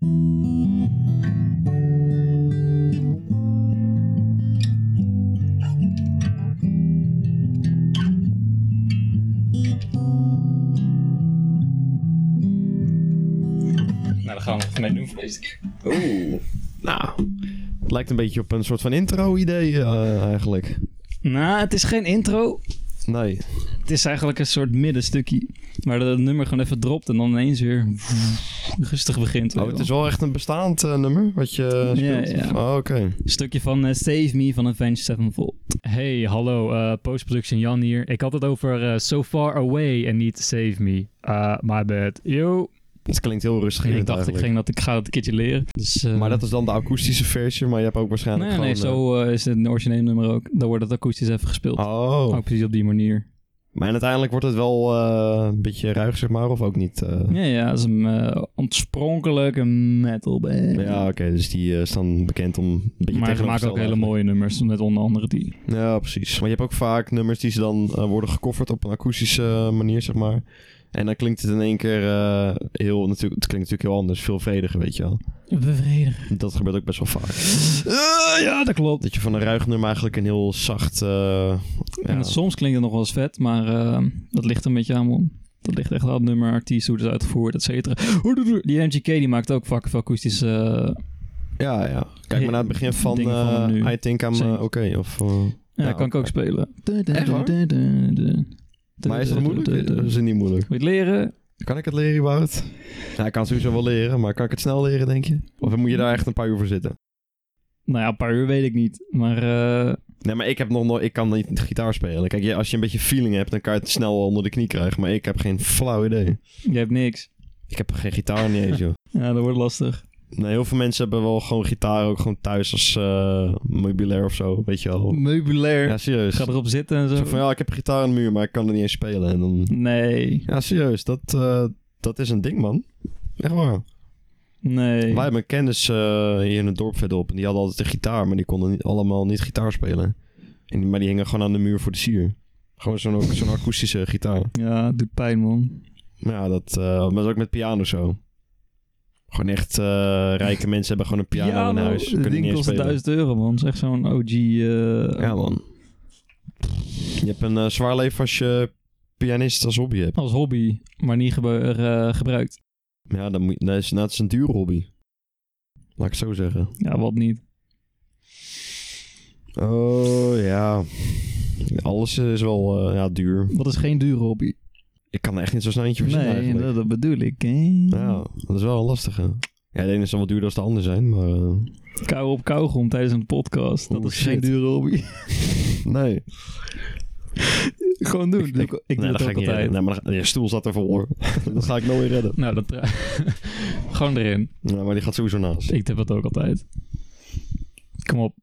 Nou, dan gaan we even mee doen voor deze keer. Oeh. Nou, het lijkt een beetje op een soort van intro-idee eigenlijk. Nou, het is geen intro. Nee. Het is eigenlijk een soort middenstukje. Waar het nummer gewoon even dropt en dan ineens weer rustig begint. Oh, het is wel echt een bestaand nummer wat je speelt? Ja. Oh, oké. Een stukje van Save Me van Avenged Sevenfold. Hey, hallo, Post-Production Jan hier. Ik had het over So Far Away en niet Save Me. My bad. Yo. Het klinkt heel rustig. Ik dacht, ik ga het een keertje leren. Dus, maar dat is dan de akoestische versie, maar je hebt ook waarschijnlijk Nee, zo is het een origineel nummer ook. Dan wordt het akoestisch even gespeeld. Oh. Ook precies op die manier. Maar uiteindelijk wordt het wel een beetje ruig, zeg maar, of ook niet? Ja, het is een oorspronkelijke metal band. Ja, oké, dus die is dan bekend om een beetje maar ze maken ook hele mooie nummers, met onder andere die. Ja, precies. Maar je hebt ook vaak nummers die ze dan worden gecoverd op een akoestische manier, zeg maar. En dan klinkt het in één keer het klinkt natuurlijk heel anders, veel vrediger, weet je wel. Bevredigen. Dat gebeurt ook best wel vaak. Ja, dat klopt. Dat je van een ruig nummer eigenlijk een heel zacht... En soms klinkt het nog wel eens vet, maar dat ligt een beetje aan, man. Dat ligt echt aan het nummer, artiest, hoe het is uitgevoerd, et cetera. Die MGK die maakt ook vaak veel akoestische... Ja. Kijk maar naar het begin van I Think I'm Okay. Of, ja, kan ik ook spelen. Echt waar? Maar is dat moeilijk? Is het niet moeilijk? Wil je het leren? Kan ik het leren überhaupt? Ja, ik kan het sowieso wel leren, maar kan ik het snel leren, denk je? Of moet je daar echt een paar uur voor zitten? Nou ja, een paar uur weet ik niet, maar... Nee, maar ik kan niet gitaar spelen. Kijk, als je een beetje feeling hebt, dan kan je het snel onder de knie krijgen. Maar ik heb geen flauw idee. Je hebt niks. Ik heb geen gitaar niet eens, joh. Ja, dat wordt lastig. Nee, heel veel mensen hebben wel gewoon gitaar ook gewoon thuis als meubilair of zo, weet je wel. Meubilair? Ja, serieus. Ga erop zitten en zo. Zo van, ja, ik heb een gitaar aan de muur, maar ik kan er niet eens spelen. En dan... Nee. Ja, serieus. Dat is een ding, man. Echt waar. Nee. Wij hebben een kennis hier in het dorp verderop. En die hadden altijd een gitaar, maar die konden allemaal niet gitaar spelen. Maar die hingen gewoon aan de muur voor de sier. Gewoon zo'n akoestische gitaar. Ja, het doet pijn, man. Ja, dat is ook met piano zo. Gewoon echt rijke mensen hebben gewoon een piano in huis. Het ding kost €1000, man. Zeg zo'n OG... Ja, man. Je hebt een zwaar leven als je pianist als hobby hebt. Als hobby, maar niet gebruikt. Ja, dat is een dure hobby. Laat ik het zo zeggen. Ja, wat niet. Oh, ja. Alles is wel duur. Wat is geen dure hobby? Ik kan er echt niet zo snel eentje verzinnen eigenlijk. Nee, dat bedoel ik, hè? Ja, dat is wel een lastige. Ja, de ene zal wel duurder als de ander zijn, maar... Kou op kauwgom tijdens een podcast. Dat is geen dure hobby. Nee. Gewoon doen. Ik doe het ook altijd. Nee, maar je stoel staat er vol, hoor. Dat ga ik nooit redden. Nou, dat... Gewoon erin. Ja, maar die gaat sowieso naast. Ik heb het ook altijd. Kom op.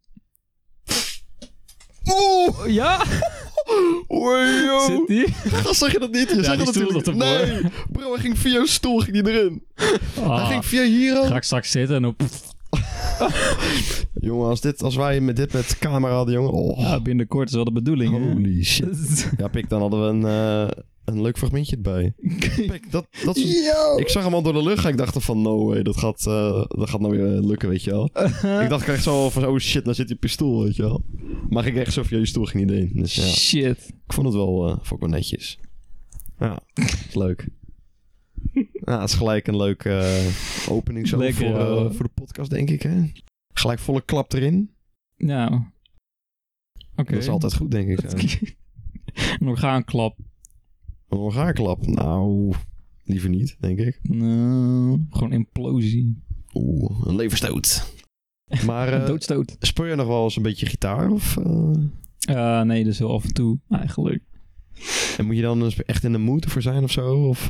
Oeh! Ja? Oei, joh. Zit die? Gast, zeg je dat niet? Je zegt dat natuurlijk. Nee, bro, hij ging via jouw stoel ging die erin. Hij ging via hier ook. Ga ik straks zitten en op... Jongen, als wij met camera hadden, jongen. Oh. Ja, binnenkort is wel de bedoeling. Holy shit. Ja, Pik, dan hadden we een leuk fragmentje erbij. Pik, dat ik zag hem al door de lucht gaan. Ik dacht van, no way, dat gaat nou weer lukken, weet je wel. Ik dacht echt zo van, oh shit, nou zit hij op je stoel, weet je wel. Maar ik echt zo via je stoel ging niet heen. Dus, ja. Shit. Ik vond het wel netjes. Ja, is leuk. Ja, het is gelijk een leuke opening zo voor de podcast, denk ik, hè. Gelijk volle klap erin. Ja. Oké. Dat is altijd goed, denk ik. Een orgaanklap. Een orgaanklap? Nou, liever niet, denk ik. Nou, gewoon implosie. Oeh, een leverstoot. Maar doodstoot. Speel je nog wel eens een beetje gitaar? Of, nee, dus heel af en toe, eigenlijk. En moet je dan echt in de mood ervoor zijn of zo? Of,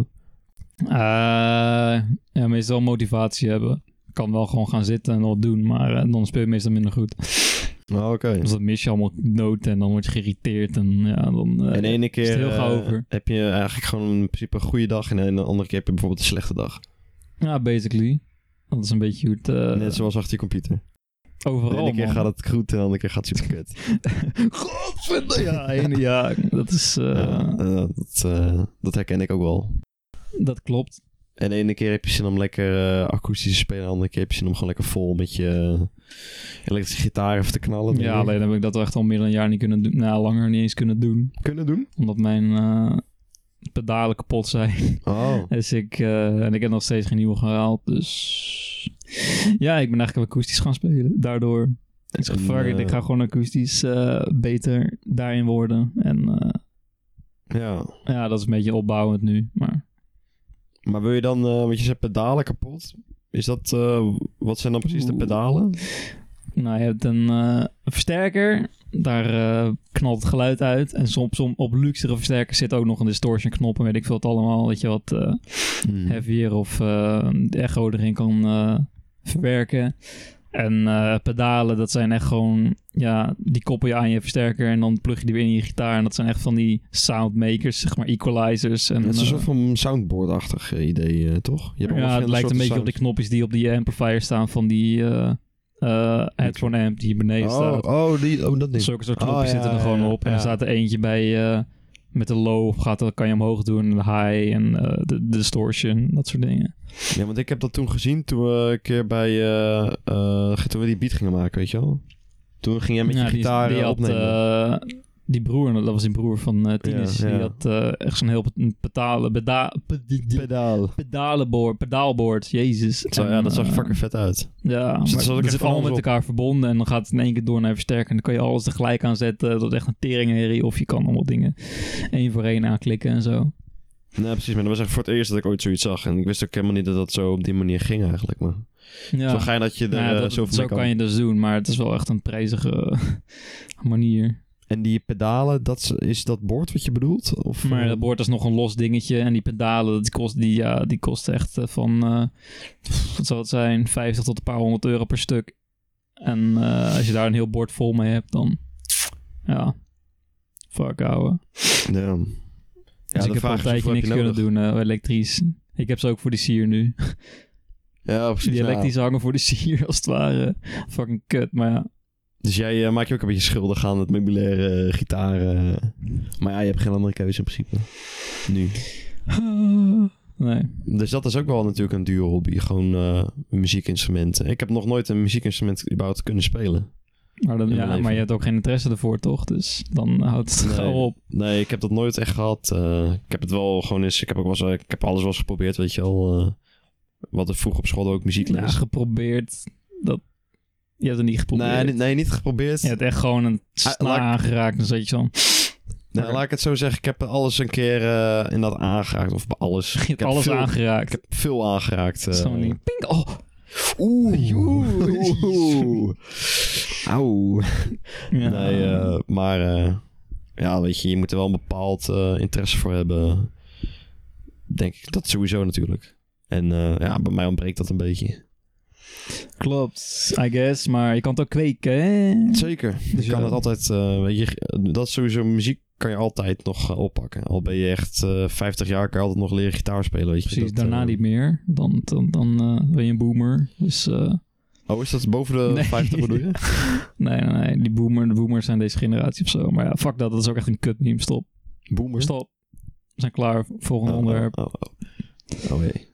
ja, meestal motivatie hebben. Ik kan wel gewoon gaan zitten en wat doen, maar dan speel je meestal minder goed. Oké. Dus dan mis je allemaal noten en dan word je geïrriteerd en ja, dan en de ene keer is het heel gauw over. Heb je eigenlijk gewoon in principe een goede dag en de andere keer heb je bijvoorbeeld een slechte dag. Ja, basically. Dat is een beetje hoe het... Net zoals achter je computer. Overal, de ene keer gaat het goed en de andere keer gaat het super kut. Godverdomme! Ja, dat is... dat herken ik ook wel. Dat klopt. En de ene keer heb je zin om lekker akoestisch te spelen. En de andere keer heb je zin om gewoon lekker vol met je elektrische gitaar even te knallen. Ja, alleen heb ik dat echt al meer dan een jaar niet kunnen doen. Nou, langer niet eens kunnen doen. Omdat mijn pedalen kapot zijn. Oh. Dus ik heb nog steeds geen nieuwe gehaald. Dus ja, ik ben eigenlijk akoestisch gaan spelen. Daardoor. Ik ga gewoon akoestisch beter daarin worden. En ja, dat is een beetje opbouwend nu. Maar wil je dan, want je zegt pedalen kapot. Is dat, wat zijn dan precies de pedalen? Nou, je hebt een versterker. Daar knalt het geluid uit. En soms op luxere versterkers zit ook nog een distortion knop. En weet ik veel het allemaal. Dat je wat heavier of de echo erin kan verwerken. En pedalen, dat zijn echt gewoon... Ja, die koppel je aan je versterker en dan plug je die weer in je gitaar. En dat zijn echt van die soundmakers, zeg maar equalizers. En, het is een soort van soundboard-achtig idee, toch? Je hebt het lijkt een beetje op de knopjes die op die amplifier staan van die headphone amp die hier beneden staat. Dat ding. Zulke soort knopjes zitten er gewoon op. En er staat er eentje bij met de low, kan je omhoog doen, de high en de distortion, dat soort dingen. Ja, want ik heb dat toen gezien toen we een keer toen we die beat gingen maken, weet je wel? Toen ging jij met je gitaar opnemen. Die broer, dat was die broer van Tinus, die had echt zo'n heel pedaalboard, jezus. Dat zag er fucking vet uit. Ja, dus het zit allemaal met elkaar verbonden en dan gaat het in één keer door naar je versterker en dan kan je alles tegelijk aanzetten. Dat is echt een teringherrie of je kan allemaal dingen 1 voor 1 aanklikken en zo. Nee, precies, maar dat was echt voor het eerst dat ik ooit zoiets zag en ik wist ook helemaal niet dat dat zo op die manier ging eigenlijk, maar... Ja. Zo gein dat je er zoveel zo kan je dus doen, maar het is wel echt een prijzige manier. En die pedalen, is dat boord wat je bedoelt? Of, maar dat boord is nog een los dingetje. En die pedalen, die kost echt van... wat zal het zijn? 50 tot een paar €100 per stuk. En als je daar een heel bord vol mee hebt, dan... Ja. Fuck, ouwe. Ja. Dus ik heb al een tijdje niks kunnen doen, elektrisch. Ik heb ze ook voor de sier nu. Ja, precies. Die elektrische hangen voor de sier, als het ware. Fucking kut, maar ja. Dus jij maakt je ook een beetje schuldig aan het meubilaire gitaar. Maar ja, je hebt geen andere keuze in principe. Nu. Nee. Dus dat is ook wel natuurlijk een dure hobby. Gewoon muziekinstrumenten. Ik heb nog nooit een muziekinstrument überhaupt kunnen spelen. Maar je hebt ook geen interesse ervoor, toch? Dus dan houdt het gauw op. Nee, ik heb dat nooit echt gehad. Ik heb het wel gewoon eens... Ik heb alles wel eens geprobeerd, weet je wel. Wat er vroeger op school ook muziekles. Ja, geprobeerd. Je hebt het niet geprobeerd. Nee, niet geprobeerd. Je hebt echt gewoon een snaar aangeraakt. Dan zet je zo... Nou, laat ik het zo zeggen. Ik heb alles een keer inderdaad aangeraakt. Of alles. Je hebt alles aangeraakt. Ik heb veel aangeraakt. Zo niet. Pink! Oh! Oeh. Auw. Ja. Nee, maar... ja, weet je moet er wel een bepaald interesse voor hebben. Denk ik. Dat sowieso natuurlijk. En bij mij ontbreekt dat een beetje. Klopt, I guess. Maar je kan het ook kweken, hè? Zeker. Dus je kan het altijd... weet je, dat is sowieso... Muziek kan je altijd nog oppakken. Al ben je echt 50 jaar, kan je altijd nog leren gitaar spelen, weet je. Precies, daarna niet meer. Dan ben je een boomer. Dus... Oh, is dat boven de 50 bedoel je? Nee. De boomers zijn deze generatie of zo. Maar ja, fuck dat is ook echt een kut meme. Stop. Boomer? Stop. We zijn klaar. Volgende onderwerp. Oh, hey.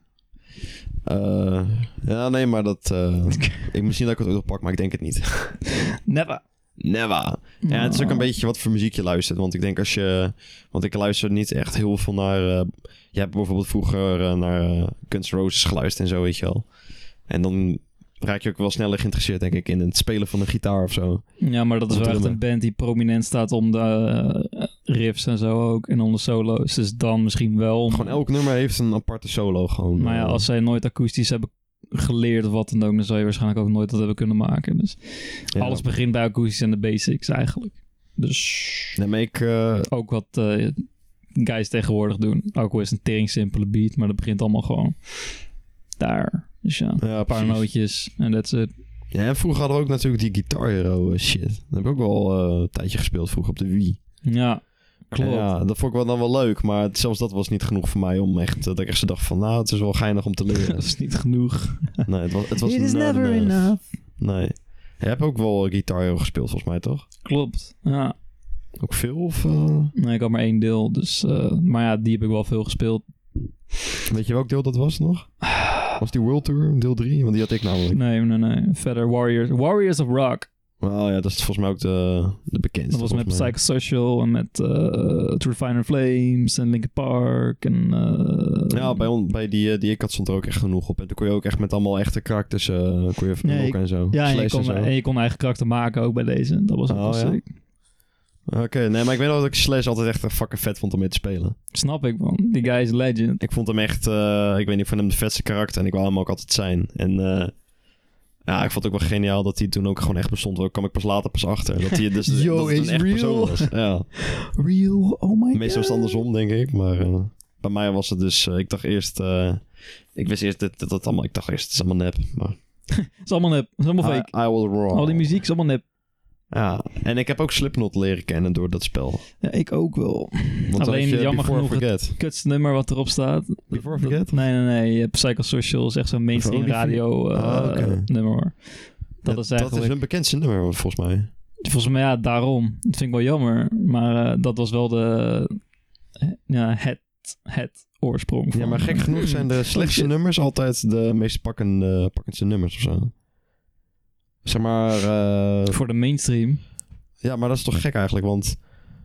Ja, nee, maar dat... misschien dat ik het ooit oppak, maar ik denk het niet. Never. Ja, het is ook een beetje wat voor muziek je luistert. Want ik denk want ik luister niet echt heel veel naar... je hebt bijvoorbeeld vroeger naar Guns N' Roses geluisterd en zo, weet je wel. En dan raak je ook wel sneller geïnteresseerd, denk ik, in het spelen van een gitaar of zo. Ja, maar dat is wel echt een band die prominent staat om de riffs en zo ook. En om de solo's. Dus dan misschien wel... Gewoon elk nummer heeft een aparte solo gewoon. Maar ja, als zij nooit akoestisch hebben geleerd of wat dan ook, dan zou je waarschijnlijk ook nooit dat hebben kunnen maken. Dus alles begint bij akoestisch en de basics eigenlijk. Dus ook wat guys tegenwoordig doen. Ook al is het een tering simpele beat, maar dat begint allemaal gewoon daar. Dus ja, een paar nootjes en that's it. Ja, en vroeger hadden we ook natuurlijk die Guitar Hero shit. Dat heb ik ook wel een tijdje gespeeld vroeger op de Wii. Ja, klopt. Ja, dat vond ik wel dan wel leuk, maar zelfs dat was niet genoeg voor mij om echt... Dat ik echt zo dacht van, het is wel geinig om te leren. Dat is niet genoeg. Nee, het was It is never enough. Nee. Je hebt ook wel Guitar Hero gespeeld volgens mij, toch? Klopt, ja. Ook veel of... Nee, ik had maar 1 deel, dus... maar ja, die heb ik wel veel gespeeld. Weet je welk deel dat was nog? Was die World Tour deel 3? Want die had ik namelijk. Nee. Verder Warriors of Rock. Oh ja, dat is volgens mij ook de bekendste. Dat was met Psychosocial en met True Finer Flames en Linkin Park. En, ja, bij die ik had stond er ook echt genoeg op. En toen kon je ook echt met allemaal echte karakters kon je even en zo. Ja, en je kon eigen karakter maken ook bij deze. Dat was ook wel sick. Oké, nee, maar ik weet wel dat ik Slash altijd echt fucking vet vond om mee te spelen. Snap ik, man. Die guy is legend. Ik vond hem echt, ik weet niet, ik vond hem de vetste karakter en ik wou hem ook altijd zijn. En ja, ik vond het ook wel geniaal dat hij toen ook gewoon echt bestond. Daar kwam ik pas later achter. Dat hij dus dat het een echt persoon was. Ja. Real? Oh my god. Meestal was het andersom, denk ik. Maar bij mij was het dus, ik dacht eerst, ik wist eerst dat het allemaal, ik dacht eerst het is allemaal nep. Maar het is allemaal nep. Het is allemaal fake. I was wrong. Al die muziek is allemaal nep. Ja, en ik heb ook Slipknot leren kennen door dat spel. Ja, ik ook wel. Want alleen jammer genoeg Forget. Het kutste nummer wat erop staat. Before Forget? Nee. Je hebt Psychosocial, is echt zo'n mainstream radio nummer. Dat is eigenlijk... Dat is hun bekendste nummer, volgens mij. Volgens mij, ja, daarom. Dat vind ik wel jammer. Maar dat was wel het oorsprong van... Ja, maar gek genoeg zijn de slechtste nummers altijd de meest pakkendste nummers of zo. Zeg maar... voor de mainstream. Ja, maar dat is toch gek eigenlijk, want...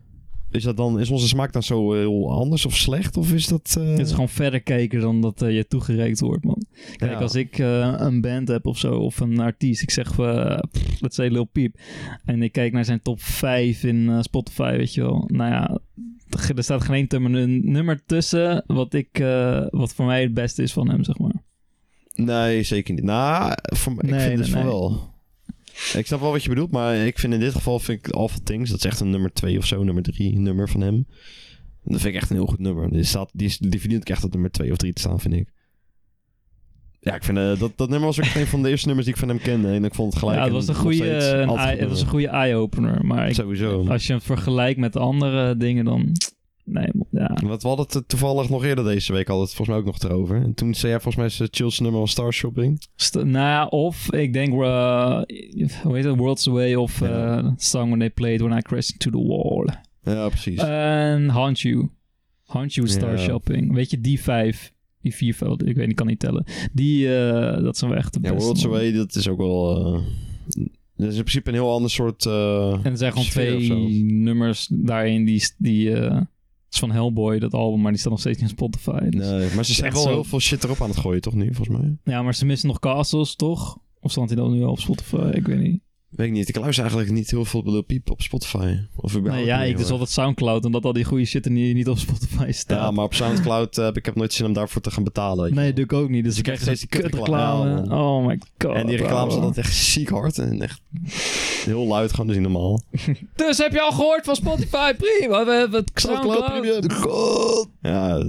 Is onze smaak dan zo heel anders of slecht? Of is dat... Het is gewoon verder kijken dan dat je toegereikt wordt, man. Kijk, als ik een band heb of zo, of een artiest, ik zeg, let's say Lil Peep, en ik kijk naar zijn top 5 in Spotify, weet je wel. Nou ja, er staat geen nummer tussen wat voor mij het beste is van hem, zeg maar. Nee, zeker niet. Nou, ik vind het van wel. Ik snap wel wat je bedoelt, maar ik vind in dit geval Awful Things, dat is echt een nummer 2 of zo, nummer 3 nummer van hem. Dat vind ik echt een heel goed nummer. Die verdient ook echt op nummer 2 of 3 te staan, vind ik. Ja, ik vind dat nummer was ook een van de eerste nummers die ik van hem kende. En ik vond het gelijk... Ja, het was een goede eye-opener. Maar sowieso. Als je hem vergelijkt met andere dingen, dan... Nee, ja. Want we hadden het toevallig nog eerder deze week al het volgens mij ook nog erover. En toen zei jij volgens mij zijn chillste nummer was Star Shopping. Of ik denk, hoe heet het, Worlds Away of Song When They Played When I Crashed Into the Wall. Ja, precies. En Haunt You Star Shopping. Weet je, die 5, die 4, ik weet niet, ik kan niet tellen. Dat zijn wel echt de beste. Ja, Worlds Away, dat is ook wel... dat is in principe een heel ander soort en er zijn gewoon 2 nummers daarin die is van Hellboy, dat album, maar die staat nog steeds in Spotify. Dus nee, maar ze zijn wel heel veel shit erop aan het gooien, toch nu, volgens mij? Ja, maar ze missen nog Castles, toch? Of stond hij dan nu al op Spotify? Ik weet niet. Weet ik niet. Ik luister eigenlijk niet heel veel Lil Peep op Spotify. Ik dus altijd Soundcloud, omdat al die goede shit er niet op Spotify staat. Ja, maar op Soundcloud ik heb nooit zin om daarvoor te gaan betalen. Nee, doe ik ook niet. Dus je krijgt steeds die kutreclame. Oh my god. En die reclame zat altijd echt ziek hard. En echt heel luid, gewoon dus niet normaal. Dus heb je al gehoord van Spotify? Prima, we hebben het Soundcloud. Ja,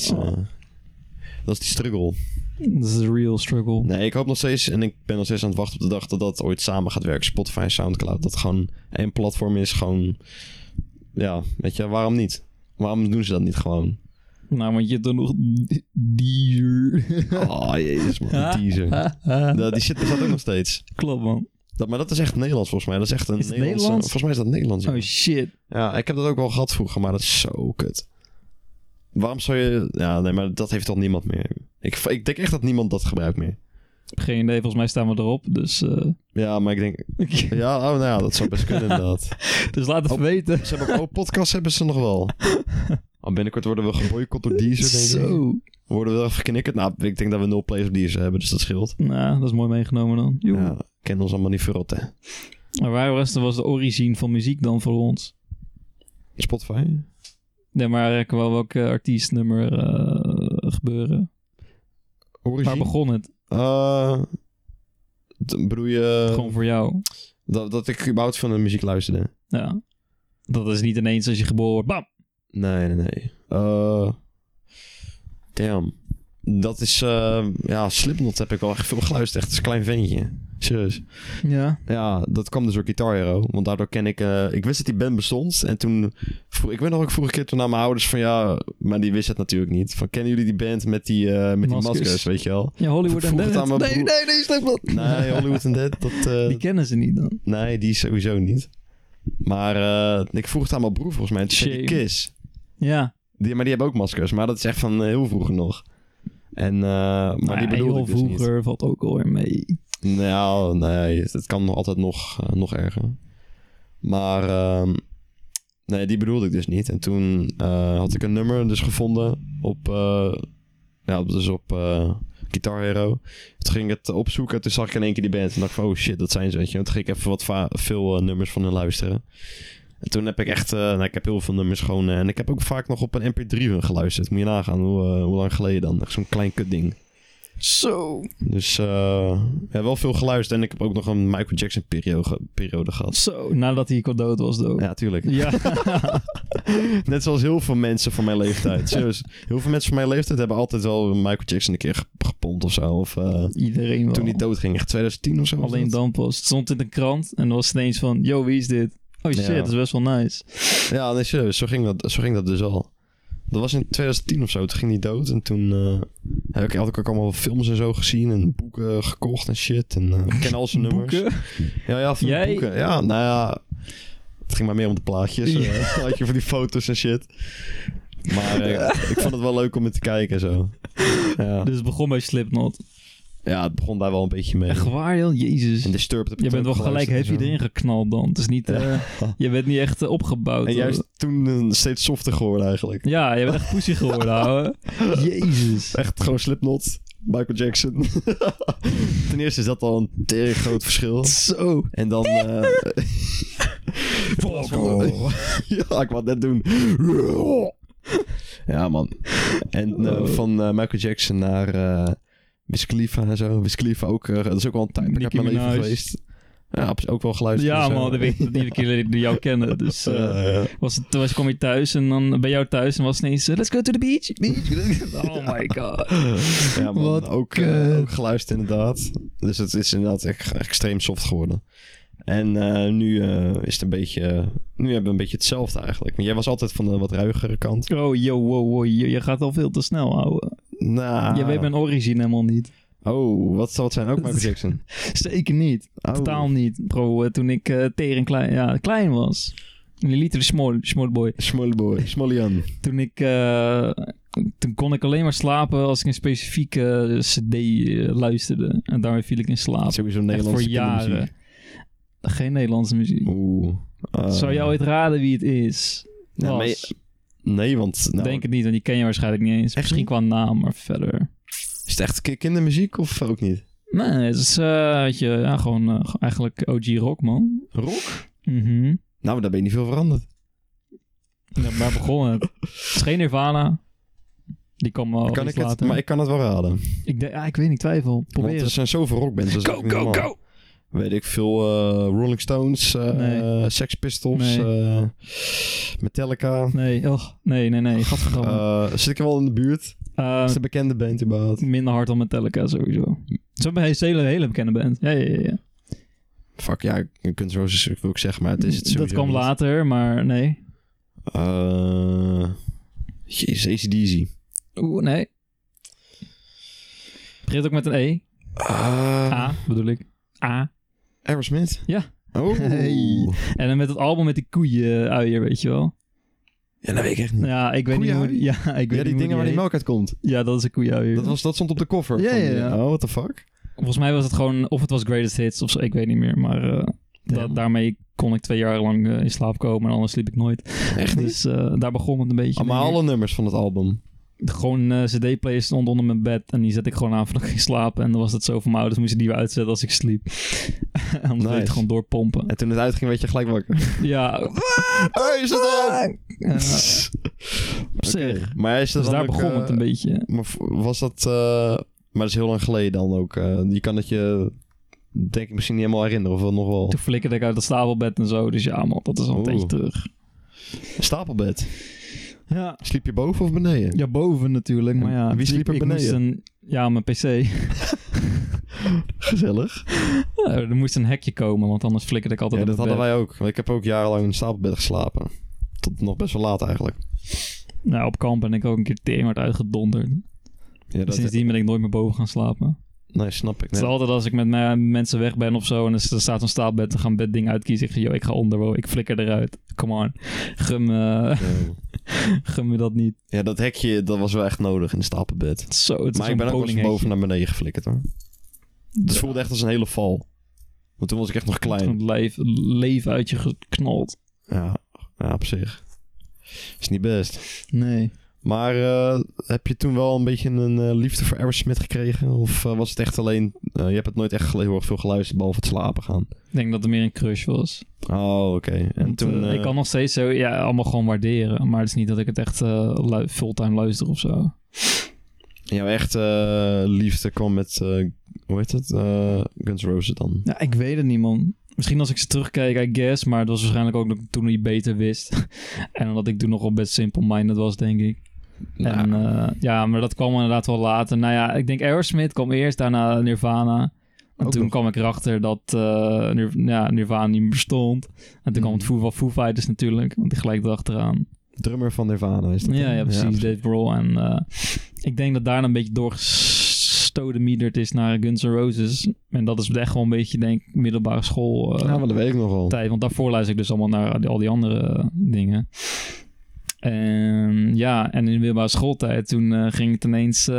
dat is die struggle. Dat is een real struggle. Nee, ik hoop nog steeds, en ik ben nog steeds aan het wachten op de dag dat dat ooit samen gaat werken. Spotify en Soundcloud. Dat gewoon één platform is, gewoon... Ja, weet je, waarom niet? Waarom doen ze dat niet gewoon? Nou, want je hebt er nog Deezer. Oh, jezus man, Deezer. Die shit bestaat ook nog steeds. Klopt, man. Maar dat is echt Nederlands volgens mij. Dat is echt een Nederlands. Volgens mij is dat Nederlands. Ja. Oh shit. Ja, ik heb dat ook wel gehad vroeger, maar dat is zo kut. Waarom zou je... Ja, nee, maar dat heeft toch niemand meer. Ik denk echt dat niemand dat gebruikt meer. Geen idee, volgens mij staan we erop, dus... Ja, maar ik denk... Ja, dat zou best kunnen inderdaad. Dus laat het weten. Ze hebben ook podcasts hebben ze nog wel. Binnenkort worden we geboycott door Deezer, denk ik. Zo. Worden we wel even geknikkerd? Nou, ik denk dat we 0 plays op Deezer hebben, dus dat scheelt. Nou, dat is mooi meegenomen dan. Ja, kennen ons allemaal niet verrot, hè. Maar waar was de origine van muziek dan voor ons? Spotify? Nee, maar welk artiestnummer gebeuren? Origine? Waar begon het? Bedoel je... Gewoon voor jou. Dat ik überhaupt van de muziek luisterde. Ja. Dat is niet ineens als je geboren wordt. Bam! Nee. Damn. Dat is... Slipknot heb ik wel echt veel geluisterd. Echt een klein ventje. Serieus. Ja. Ja, dat kwam dus door Guitar Hero. Want daardoor ken ik... ik wist dat die band bestond. En toen... Ik weet nog, ik vroeg een keer toen naar mijn ouders van... Ja, maar die wist het natuurlijk niet. Van, kennen jullie die band met die maskers, weet je wel? Ja, Hollywood and Dead. Nee, Slipknot. Nee, Hollywood and Dead. Die kennen ze niet dan? Nee, die sowieso niet. Maar ik vroeg het aan mijn broer volgens mij. En toen zei die Kiss. Ja. Maar die hebben ook maskers. Maar dat is echt van heel vroeger nog. En, maar die bedoelde ik dus niet. Vroeger valt ook alweer mee. Nou, nee. Het kan nog altijd nog erger. Maar nee, die bedoelde ik dus niet. En toen had ik een nummer dus gevonden op Guitar Hero. Toen ging ik het opzoeken. Toen zag ik in één keer die band. En dacht ik van, oh shit, dat zijn ze, weet je. En toen ging ik even veel nummers van hen luisteren. En toen heb ik echt... ik heb heel veel nummers gewoon... en ik heb ook vaak nog op een MP3 geluisterd. Moet je nagaan, hoe lang geleden dan. Echt zo'n klein kutding. Zo. Dus wel veel geluisterd. En ik heb ook nog een Michael Jackson periode gehad. Zo, nadat hij dood was, dood. Ja, tuurlijk. Ja. Net zoals heel veel mensen van mijn leeftijd. Serieus. Heel veel mensen van mijn leeftijd hebben altijd wel Michael Jackson een keer gepompt of zo. Of, iedereen wel. Toen hij dood ging, echt 2010 of zo. Alleen dan pas. Het stond in de krant en was ineens van... Yo, wie is dit? Oh shit, dat is best wel nice. Ja, nee, serieus. Zo ging dat dus al. Dat was in 2010 of zo. Toen ging hij dood. En toen had ik ook allemaal films en zo gezien. En boeken gekocht en shit. En ik ken al zijn nummers. Ja, van Jij? boeken. Ja, nou ja. Het ging maar meer om de plaatjes. Had je voor die foto's en shit. Maar ik vond het wel leuk om het te kijken en zo. Ja. Dus het begon bij Slipknot. Ja, het begon daar wel een beetje mee. Echt waar, joh? Jezus. En Disturbed heb ik je bent wel gelijk heavy erin geknald dan. Het is niet... je bent niet echt opgebouwd. En juist toen steeds softer geworden eigenlijk. Ja, je bent echt pussy geworden, ouwe. Jezus. Echt gewoon Slipknot, Michael Jackson. Ten eerste is dat al een tering groot verschil. Zo. En dan... ja, ik wou het net doen. Ja, man. En van Michael Jackson naar... Wiz Khalifa en zo. Wiz Khalifa ook. Dat is ook wel een tijd uit mijn leven geweest. Ja, ook wel geluisterd. Ja, man. Dat weet ik niet keer die jou kennen. Dus kwam je thuis en dan bij jou thuis en was het ineens... Let's go to the beach. Oh my god. Ja, man. Wat ook geluisterd inderdaad. Dus het is inderdaad echt extreem soft geworden. En nu is het een beetje... Nu hebben we een beetje hetzelfde eigenlijk. Maar jij was altijd van de wat ruigere kant. Oh, wow. Je gaat al veel te snel, ouwe. Nou... Jij weet mijn origine helemaal niet. Oh, wat zal het zijn? Ook Michael Jackson? Zeker niet. Oh. Totaal niet. Bro, toen ik tering klein was. Liter small boy. Smollian. Toen kon ik alleen maar slapen als ik een specifieke cd luisterde. En daarmee viel ik in slaap. Sowieso Nederlandse voor jaren. Geen Nederlandse muziek. Zou jij ooit raden wie het is? Nee, want... Nou, denk het niet, want die ken je waarschijnlijk niet eens. Misschien qua naam, maar verder. Is het echt kindermuziek of ook niet? Nee, het is gewoon eigenlijk OG rock, man. Rock? Mhm. Nou, daar ben je niet veel veranderd. Ja, waar begon het? Het is geen Nirvana. Die kwam wel later. Maar ik kan het wel raden. Ik weet niet, twijfel. Probeer Want het. er zijn zoveel rockbands. Go! Weet ik veel. Rolling Stones, Sex Pistols, Metallica. Nee. Zit ik er wel in de buurt? Is een bekende band überhaupt? Minder hard dan Metallica sowieso. Ze hebben een hele bekende band. Ja. Fuck, ja, je kunt zo wil ik zeggen, maar het is het sowieso dat kwam niet. later, maar nee. Jezus, AC/DC. Oeh, nee. Begint ook met een E. A, bedoel ik. A. Aerosmith? Ja. Oh. Hey. En dan met het album met die koeien-uier, weet je wel. Ja, dat weet ik echt niet. Ja, ik weet niet hoe... Die dingen waar die melk uit komt. Ja, dat is een koeien-uier. Dat stond op de cover. Ja. Oh, what the fuck? Volgens mij was het gewoon... Of het was Greatest Hits of zo, ik weet niet meer. Maar daarmee kon ik 2 jaar lang in slaap komen en anders sliep ik nooit. Echt niet? Dus daar begon het een beetje. Maar alle nummers van het album? Gewoon cd-player stond onder mijn bed en die zet ik gewoon aan voordat ik ging slapen. En dan was het zo van mijn ouders, moesten die weer uitzetten als ik sliep. Anders deed het gewoon doorpompen. En toen het uitging, werd je gelijk wakker? Ja. Hey, is het aan? Op zich. Maar is dat dus daar begon het een beetje. Maar was dat... maar dat is heel lang geleden dan ook. Je kan het je... denk ik misschien niet helemaal herinneren. Of nog wel. Toen flikkerde ik uit het stapelbed en zo. Dus ja man, dat is al een tijdje terug. Stapelbed? Ja. Sliep je boven of beneden? Ja, boven natuurlijk. Maar ja, wie sliep er beneden? Mijn PC. Gezellig. Ja, er moest een hekje komen, want anders flikkerde ik altijd dat op hadden bed. wij ook. Ik heb ook jarenlang in een stapelbed geslapen. Tot nog best wel laat eigenlijk. Nou, op kamp ben ik ook een keer tering hard uitgedonderd. Ja, sindsdien ben ik nooit meer boven gaan slapen. Nee, snap ik. Het is altijd als ik met mijn mensen weg ben of zo en er staat een stapelbed, dan gaan bedding uitkiezen. Ik zeg, yo, ik ga onder, wow, ik flikker eruit. Come on. Gum me dat niet. Ja, dat hekje, dat was wel echt nodig in een stapelbed. Zo, het is maar ik ben ook wel eens bowlinghekje. boven naar beneden geflikkerd, hoor. Het voelde echt als een hele val. Want toen was ik echt nog klein. Het leven uit je geknald. Ja, op zich. Is niet best. Nee. Maar heb je toen wel een beetje een liefde voor Aerosmith gekregen? Of was het echt alleen... je hebt het nooit echt heel erg veel geluisterd, behalve het slapen gaan? Ik denk dat er meer een crush was. Oh, oké. En toen... ik kan nog steeds zo... Ja, allemaal gewoon waarderen. Maar het is niet dat ik het echt fulltime luister of zo. Jouw echte liefde kwam met... hoe heet het? Guns N' Roses dan? Ja, ik weet het niet, man. Misschien als ik ze terugkijk, I guess. Maar het was waarschijnlijk ook nog toen hij beter wist. En omdat ik toen nog wel best simple-minded was, denk ik. En maar dat kwam inderdaad wel later. Nou ja, ik denk Aerosmith kwam eerst, daarna Nirvana. En ook toen nog. kwam ik erachter dat Nirvana niet meer bestond. En toen kwam het Foo Fighters natuurlijk, want die gelijk erachteraan. Drummer van Nirvana is dat? Ja, precies. Dave Grohl. En ik denk dat daarna een beetje doorgestodemiederd is naar Guns N' Roses. En dat is echt gewoon een beetje, denk ik, middelbare school maar dat weet ik nog wel. tijd. Want daarvoor luister ik dus allemaal naar al die andere dingen. En in de middelbare schooltijd, toen ging het ineens...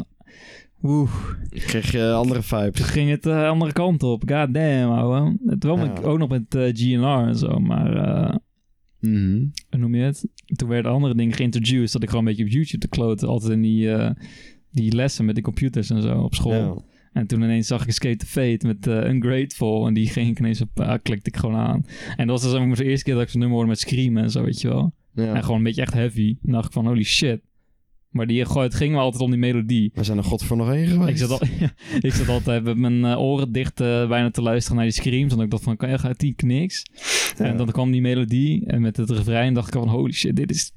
Kreeg je andere vibes? Toen ging het andere kant op. God damn, ouwe. Het was ook nog met GNR en zo, maar... Hoe noem je het? Toen werden andere dingen geïntroduced, dat ik gewoon een beetje op YouTube te kloten. Altijd in die lessen met die computers en zo op school. Ja. En toen ineens zag ik Escape to Fate met Ungrateful. En die ging ik ineens klikte ik gewoon aan. En dat was dus ook de eerste keer dat ik zo'n nummer hoorde met Scream en zo, weet je wel. Ja. En gewoon een beetje echt heavy. En dacht ik van, holy shit. Maar het ging me altijd om die melodie. We zijn er god voor nog één geweest. Ik zat altijd met mijn oren dicht bijna te luisteren naar die screams. Want ik dacht van, gaat die kniks? Ja. En dan kwam die melodie. En met het refrein dacht ik van, holy shit, dit is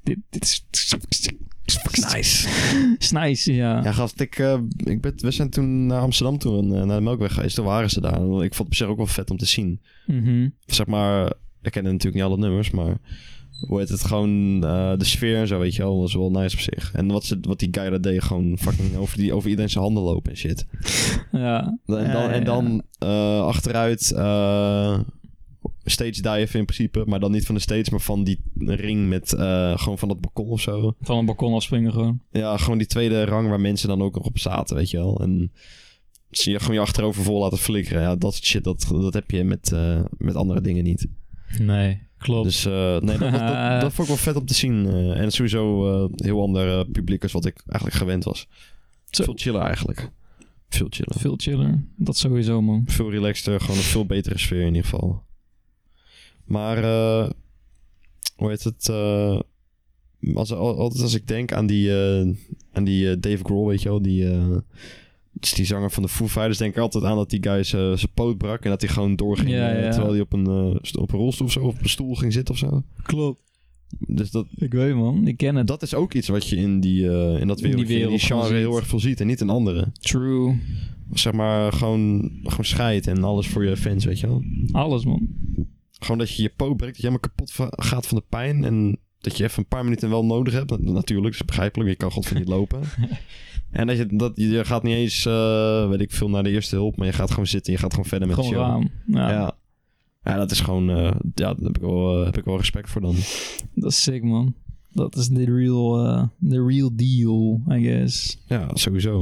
nice. Is nice, ja. Ja, gast, we zijn toen naar Amsterdam naar de Melkweg geweest. Toen waren ze daar. Ik vond het op zich ook wel vet om te zien. Mm-hmm. Zeg maar, ik ken natuurlijk niet alle nummers, maar... Hoe heet het, gewoon de sfeer en zo, weet je wel, was wel nice op zich. En wat die guy dat deed, gewoon fucking over iedereen zijn handen lopen en shit. Ja. En dan achteruit stage dive in principe, maar dan niet van de stage, maar van die ring met gewoon van dat balkon of zo. Van een balkon afspringen gewoon. Ja, gewoon die tweede rang waar mensen dan ook nog op zaten, weet je wel. En zie je gewoon je achterover vol laten flikkeren. Ja, dat soort shit, dat heb je met andere dingen niet. Nee. Klopt. Dus dat vond ik wel vet om te zien. En sowieso heel ander publiek als wat ik eigenlijk gewend was. Veel chiller eigenlijk. Veel chiller. Dat sowieso, man. Veel relaxter. Gewoon een veel betere sfeer in ieder geval. Maar hoe heet het? Altijd als ik denk aan die Dave Grohl, weet je wel, die zanger van de Foo Fighters, denk ik altijd aan dat die guy zijn poot brak en dat hij gewoon doorging terwijl hij op een rolstoel of zo, of op een stoel ging zitten of zo. Klopt. Dus dat... Ik weet, man. Ik ken het. Dat is ook iets wat je in dat wereldje, in die genre heel erg veel ziet en niet in andere. True. Zeg maar gewoon scheid en alles voor je fans, weet je wel. Alles, man. Gewoon dat je je poot breekt, dat je helemaal kapot gaat van de pijn en dat je even een paar minuten wel nodig hebt. Natuurlijk, dat is begrijpelijk, je kan godver niet lopen. En je gaat niet eens, weet ik veel, naar de eerste hulp, maar je gaat gewoon zitten en je gaat gewoon verder met gewoon de show. Raam. Ja, dat is gewoon, daar heb ik wel respect voor dan. Dat is sick, man. Dat is the real deal, I guess. Ja, sowieso.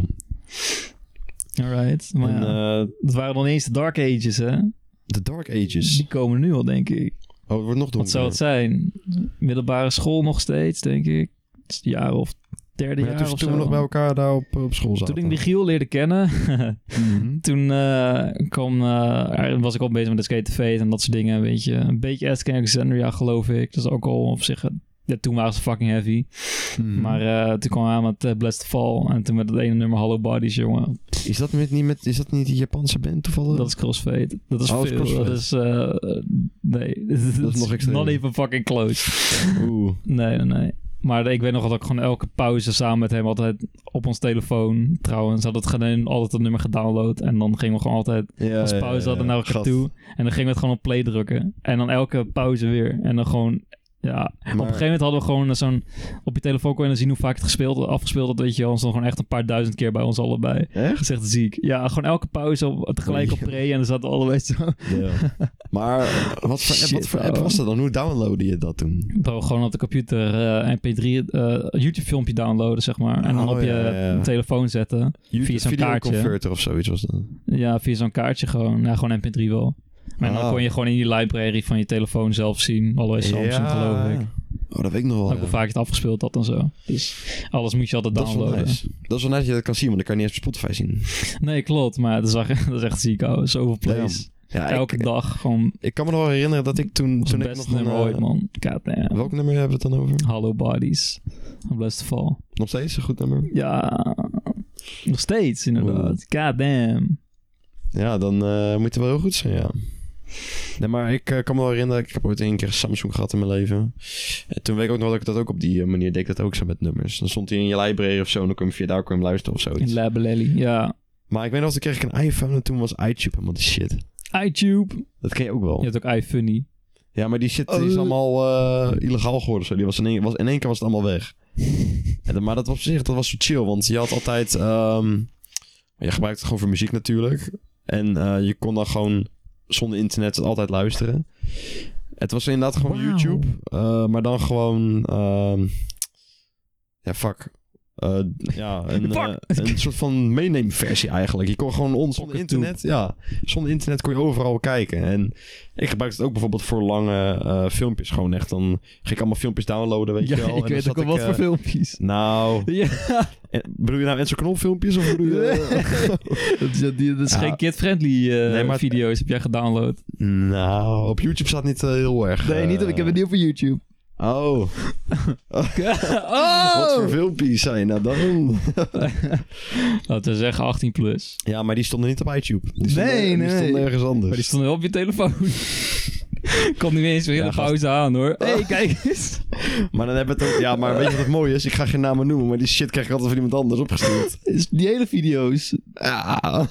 Alright. Maar dat waren dan eens de Dark Ages, hè? De Dark Ages? Die komen nu al, denk ik. Oh, het wordt nog donker. Wat zou het zijn? Middelbare school nog steeds, denk ik. Het is een jaar of derde jaar of zo. Toen we nog bij elkaar daar op school zaten. Toen ik Michiel leerde kennen, toen was ik al bezig met de Escape to Fate en dat soort dingen. Een beetje Ask Alexandria, geloof ik. Dat is ook al op zich... Ja, toen waren ze fucking heavy. Maar toen kwam hij aan met Blessed to Fall. En toen met het ene nummer Hollow Bodies, jongen. Is dat niet die Japanse band toevallig? Dat is Crossfade. Dat is veel. Crossfade. Dat is... nee. Dat is nog extreem. Not even fucking close. Oeh. Nee. Maar ik weet nog dat ik gewoon elke pauze samen met hem altijd op ons telefoon... Trouwens, had het gewoon altijd het nummer gedownload. En dan gingen we gewoon altijd als pauze hadden naar elkaar toe. En dan gingen we het gewoon op play drukken. En dan elke pauze weer. En dan gewoon... Ja, op een gegeven moment hadden we gewoon zo'n... Op je telefoon kon je dan zien hoe vaak het afgespeeld had, weet je wel. Ons dan gewoon echt een paar duizend keer bij ons allebei. Echt? Dat is echt ziek. Ja, gewoon elke pauze tegelijk op pre en dan zaten we allebei zo. Ja. Maar wat voor app was dat dan? Hoe downloadde je dat toen? Bro, gewoon op de computer MP3 YouTube-filmpje downloaden, zeg maar. En dan op je telefoon zetten. Via zo'n kaartje. Converter of zoiets was dat? Ja, via zo'n kaartje gewoon. Ja, gewoon MP3 wel. Maar dan kon je gewoon in die library van je telefoon zelf zien. Alweer Samsung, geloof ik. Oh, dat weet ik nog wel. Ook hoe vaak je het afgespeeld had en zo. Dus alles moet je altijd downloaden. Dat is wel nice dat je dat kan zien, want dan kan je niet eens op Spotify zien. Nee, klopt. Maar dat is echt ziek, ouwe. Zoveel plays. Ja, elke dag gewoon... Ik kan me nog wel herinneren dat ik toen ik nog nummer ooit, man. Welk nummer hebben we het dan over? Hollow Bodies. Van Blessed to Fall. Nog steeds een goed nummer? Ja, nog steeds inderdaad. God damn. Ja, dan moet het wel heel goed zijn, ja. Nee, maar ik kan me wel herinneren, ik heb ooit 1 keer een Samsung gehad in mijn leven. En toen weet ik ook nog dat ik dat ook op die manier deed, dat ook zo met nummers. Dan stond hij in je library of zo en dan kon je via daar kon je hem luisteren of zoiets. In Labelelly, ja. Maar ik weet nog, toen kreeg ik een iPhone en toen was iTunes helemaal de shit. iTube. Dat ken je ook wel. Je hebt ook iFunny. Ja, maar die shit die is allemaal illegaal geworden. Zo. Die was in één keer was het allemaal weg. Maar dat was op zich, dat was zo chill, want je had altijd... je gebruikte het gewoon voor muziek natuurlijk. En je kon dan gewoon zonder internet altijd luisteren. Het was inderdaad gewoon YouTube. Maar dan gewoon... een soort van meeneemversie eigenlijk. Je kon gewoon zonder internet... Ja, zonder internet kon je overal kijken. En ik gebruikte het ook bijvoorbeeld voor lange filmpjes. Gewoon echt, dan ging ik allemaal filmpjes downloaden, weet je wel. Ik weet ook al wat voor filmpjes. Nou... Ja. Bedoel je nou Enzo Knol filmpjes? Of bedoel je... dat is geen kid-friendly video's heb jij gedownload. Nou, op YouTube staat niet heel erg... Nee, niet. Ik heb het niet op YouTube. Oh. Wat voor filmpjes zijn nou dan? Laten we zeggen 18 plus. Ja, maar die stonden niet op iTube. Die stonden ergens anders. Maar die stonden wel op je telefoon. Komt nu eens weer hele pauze aan, hoor. Hé, kijk eens. Maar dan hebben we het ook... Ja, maar weet je wat het mooie is? Ik ga geen namen noemen, maar die shit krijg ik altijd van iemand anders opgestuurd. Die hele video's. Ja.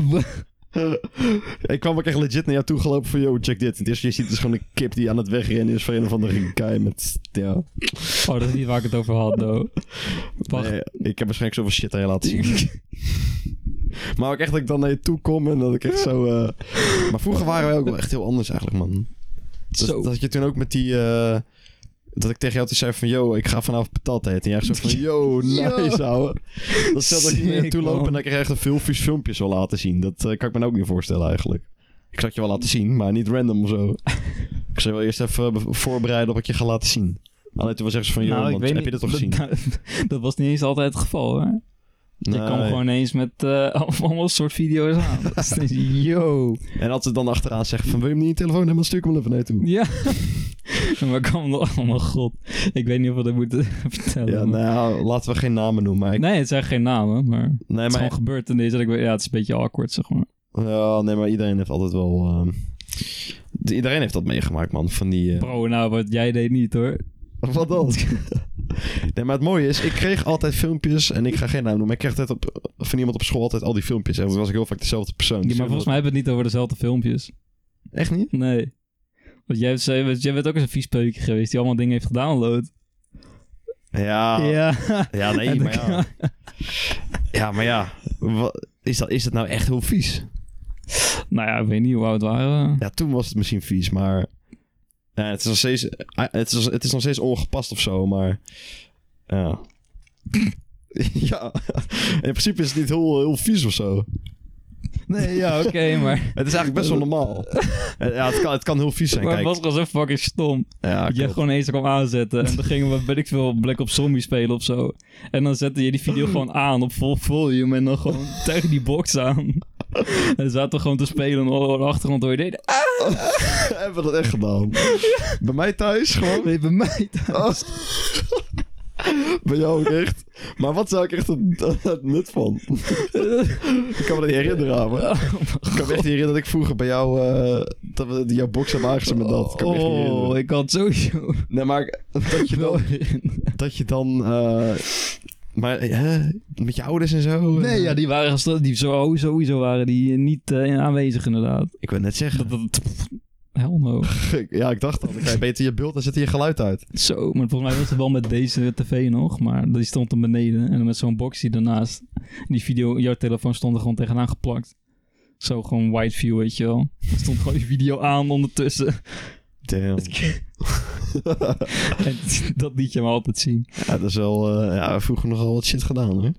Ik kwam ook echt legit naar jou toe gelopen van... Yo, check dit. Het eerste je ziet dus gewoon een kip die aan het wegrennen is... voor een of andere guy met... Ja. Oh, dat is niet waar ik het over had, though. Nee, ik heb waarschijnlijk zoveel shit aan je laten zien. Maar ook echt dat ik dan naar je toe kom en dat ik echt zo... Maar vroeger waren wij ook wel echt heel anders eigenlijk, man. Dat je toen ook met die... dat ik tegen jou toen zei van... Yo, ik ga vanavond patat eten. En jij zo van... Yo, nice, ouwe. Dat stel dat ik naar je toe loop en dat ik echt een veel vies filmpjes wil laten zien. Dat kan ik me ook niet voorstellen eigenlijk. Ik zou het je wel laten zien, maar niet random of zo. Ik zou wel eerst even voorbereiden op wat je ga laten zien. Alleen toen was echt zo van... Yo, man, heb je dit toch gezien? Dat was niet eens altijd het geval, hoor. Nee. Je kwam gewoon eens met allemaal soort video's aan. Yo. En als ze dan achteraan zeggen van... Wil je hem niet in je telefoon hebben? Dan stuur ik hem even naar je toe. Ja. Maar ik kwam nog... Oh mijn god. Ik weet niet of we dat moeten vertellen. Ja, nou, laten we geen namen noemen. Maar Nee, het zijn geen namen. Maar het is gewoon gebeurtenis. En het is een beetje awkward, zeg maar. Ja, nee, maar iedereen heeft altijd wel... Iedereen heeft dat meegemaakt, man. Van die... Bro, nou, wat jij deed niet, hoor. Wat dan? Nee, maar het mooie is, ik kreeg altijd filmpjes en ik ga geen naam noemen, maar ik kreeg altijd van iemand op school altijd al die filmpjes. En dan was ik heel vaak dezelfde persoon. Ja, maar volgens mij hebben we het niet over dezelfde filmpjes. Echt niet? Nee. Want jij bent ook eens een vies peukje geweest die allemaal dingen heeft gedownload. Ja. Ja, nee, maar ja. Ja, maar ja. Is dat nou echt heel vies? Nou ja, ik weet niet hoe oud waren we. Ja, toen was het misschien vies, maar... Ja, het is nog steeds ongepast of zo, maar... Ja. Ja. In principe is het niet heel vies of zo. Nee, ja, oké, maar... Het is eigenlijk best wel normaal. Ja, het kan heel vies zijn, maar kijk. het was gewoon zo fucking stom. Ja, dat je gewoon eens kwam aanzetten. En dan gingen we, weet ik veel, Black Ops Zombie spelen of zo. En dan zette je die video gewoon aan op vol volume. En dan gewoon tegen die box aan. En zaten we gewoon te spelen. En de achtergrond hoor je deden. Hebben we dat echt gedaan? Bij mij thuis gewoon? Nee, bij mij thuis. Bij jou ook echt? Maar wat zou ik echt het nut van? Ik kan me dat niet herinneren aan me. Ik kan me echt niet herinneren dat ik vroeger bij jou... dat we jouw box hebben aangezet met dat. Ik kan me echt niet herinneren. Ik had sowieso... Nee, maar dat je dan... Maar met je ouders en zo? Nee, ja, die sowieso waren die niet aanwezig inderdaad. Ik wil net zeggen. Hell no. Ja, ik dacht al. Dan krijg je beter je beeld en zet je geluid uit. Zo, maar volgens mij was het wel met deze tv nog. Maar die stond er beneden. En dan met zo'n boxie daarnaast. Die video, jouw telefoon stond er gewoon tegenaan geplakt. Zo gewoon wide view, weet je wel. Er stond gewoon die video aan ondertussen. Damn. En dat liet je me altijd zien. Ja, dat is wel... ja, vroeger nogal wat shit gedaan, hoor.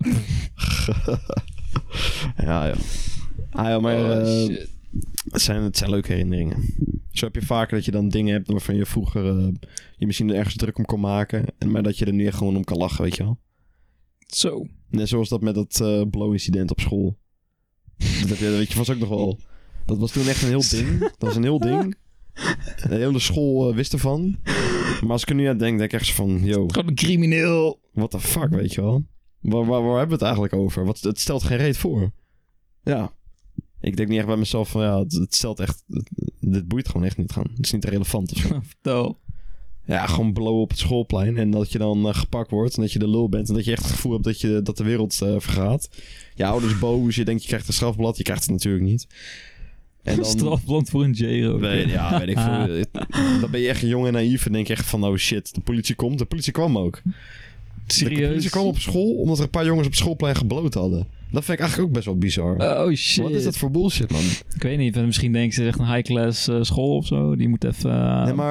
ja. Ah, ja, maar... shit. Het zijn leuke herinneringen. Zo heb je vaker dat je dan dingen hebt waarvan je vroeger je misschien ergens druk om kon maken. Maar dat je er nu echt gewoon om kan lachen, weet je wel. Zo. Net zoals dat met dat blow-incident op school. Dat weet je vast ook nog wel. Dat was toen echt een heel ding. Dat was een heel ding. De hele school wist ervan. Maar als ik er nu aan denk ik echt zo van... Yo, Gewoon een crimineel. what the fuck, weet je wel. Waar hebben we het eigenlijk over? Het stelt geen reet voor. Ja. Ik denk niet echt bij mezelf van... Ja, het stelt echt... Dit boeit gewoon echt niet. Het is niet relevant of zo. Vertel. Ja, gewoon blowen op het schoolplein. En dat je dan gepakt wordt. En dat je de lul bent. En dat je echt het gevoel hebt dat de wereld vergaat. Je ouders boos. Je denkt je krijgt een strafblad. Je krijgt het natuurlijk niet. En dan... Strafblad voor een J-Ro. Weet ik veel. Dan ben je echt jong en naïef. En denk je echt van... Oh shit, de politie komt. De politie kwam ook. Serieus? De politie kwam op school. Omdat er een paar jongens op het schoolplein gebloot hadden. Dat vind ik eigenlijk ook best wel bizar. Oh shit. Wat is dat voor bullshit, man? Ik weet niet. Misschien denken ze echt een high-class school of zo. Die moet even... Nee,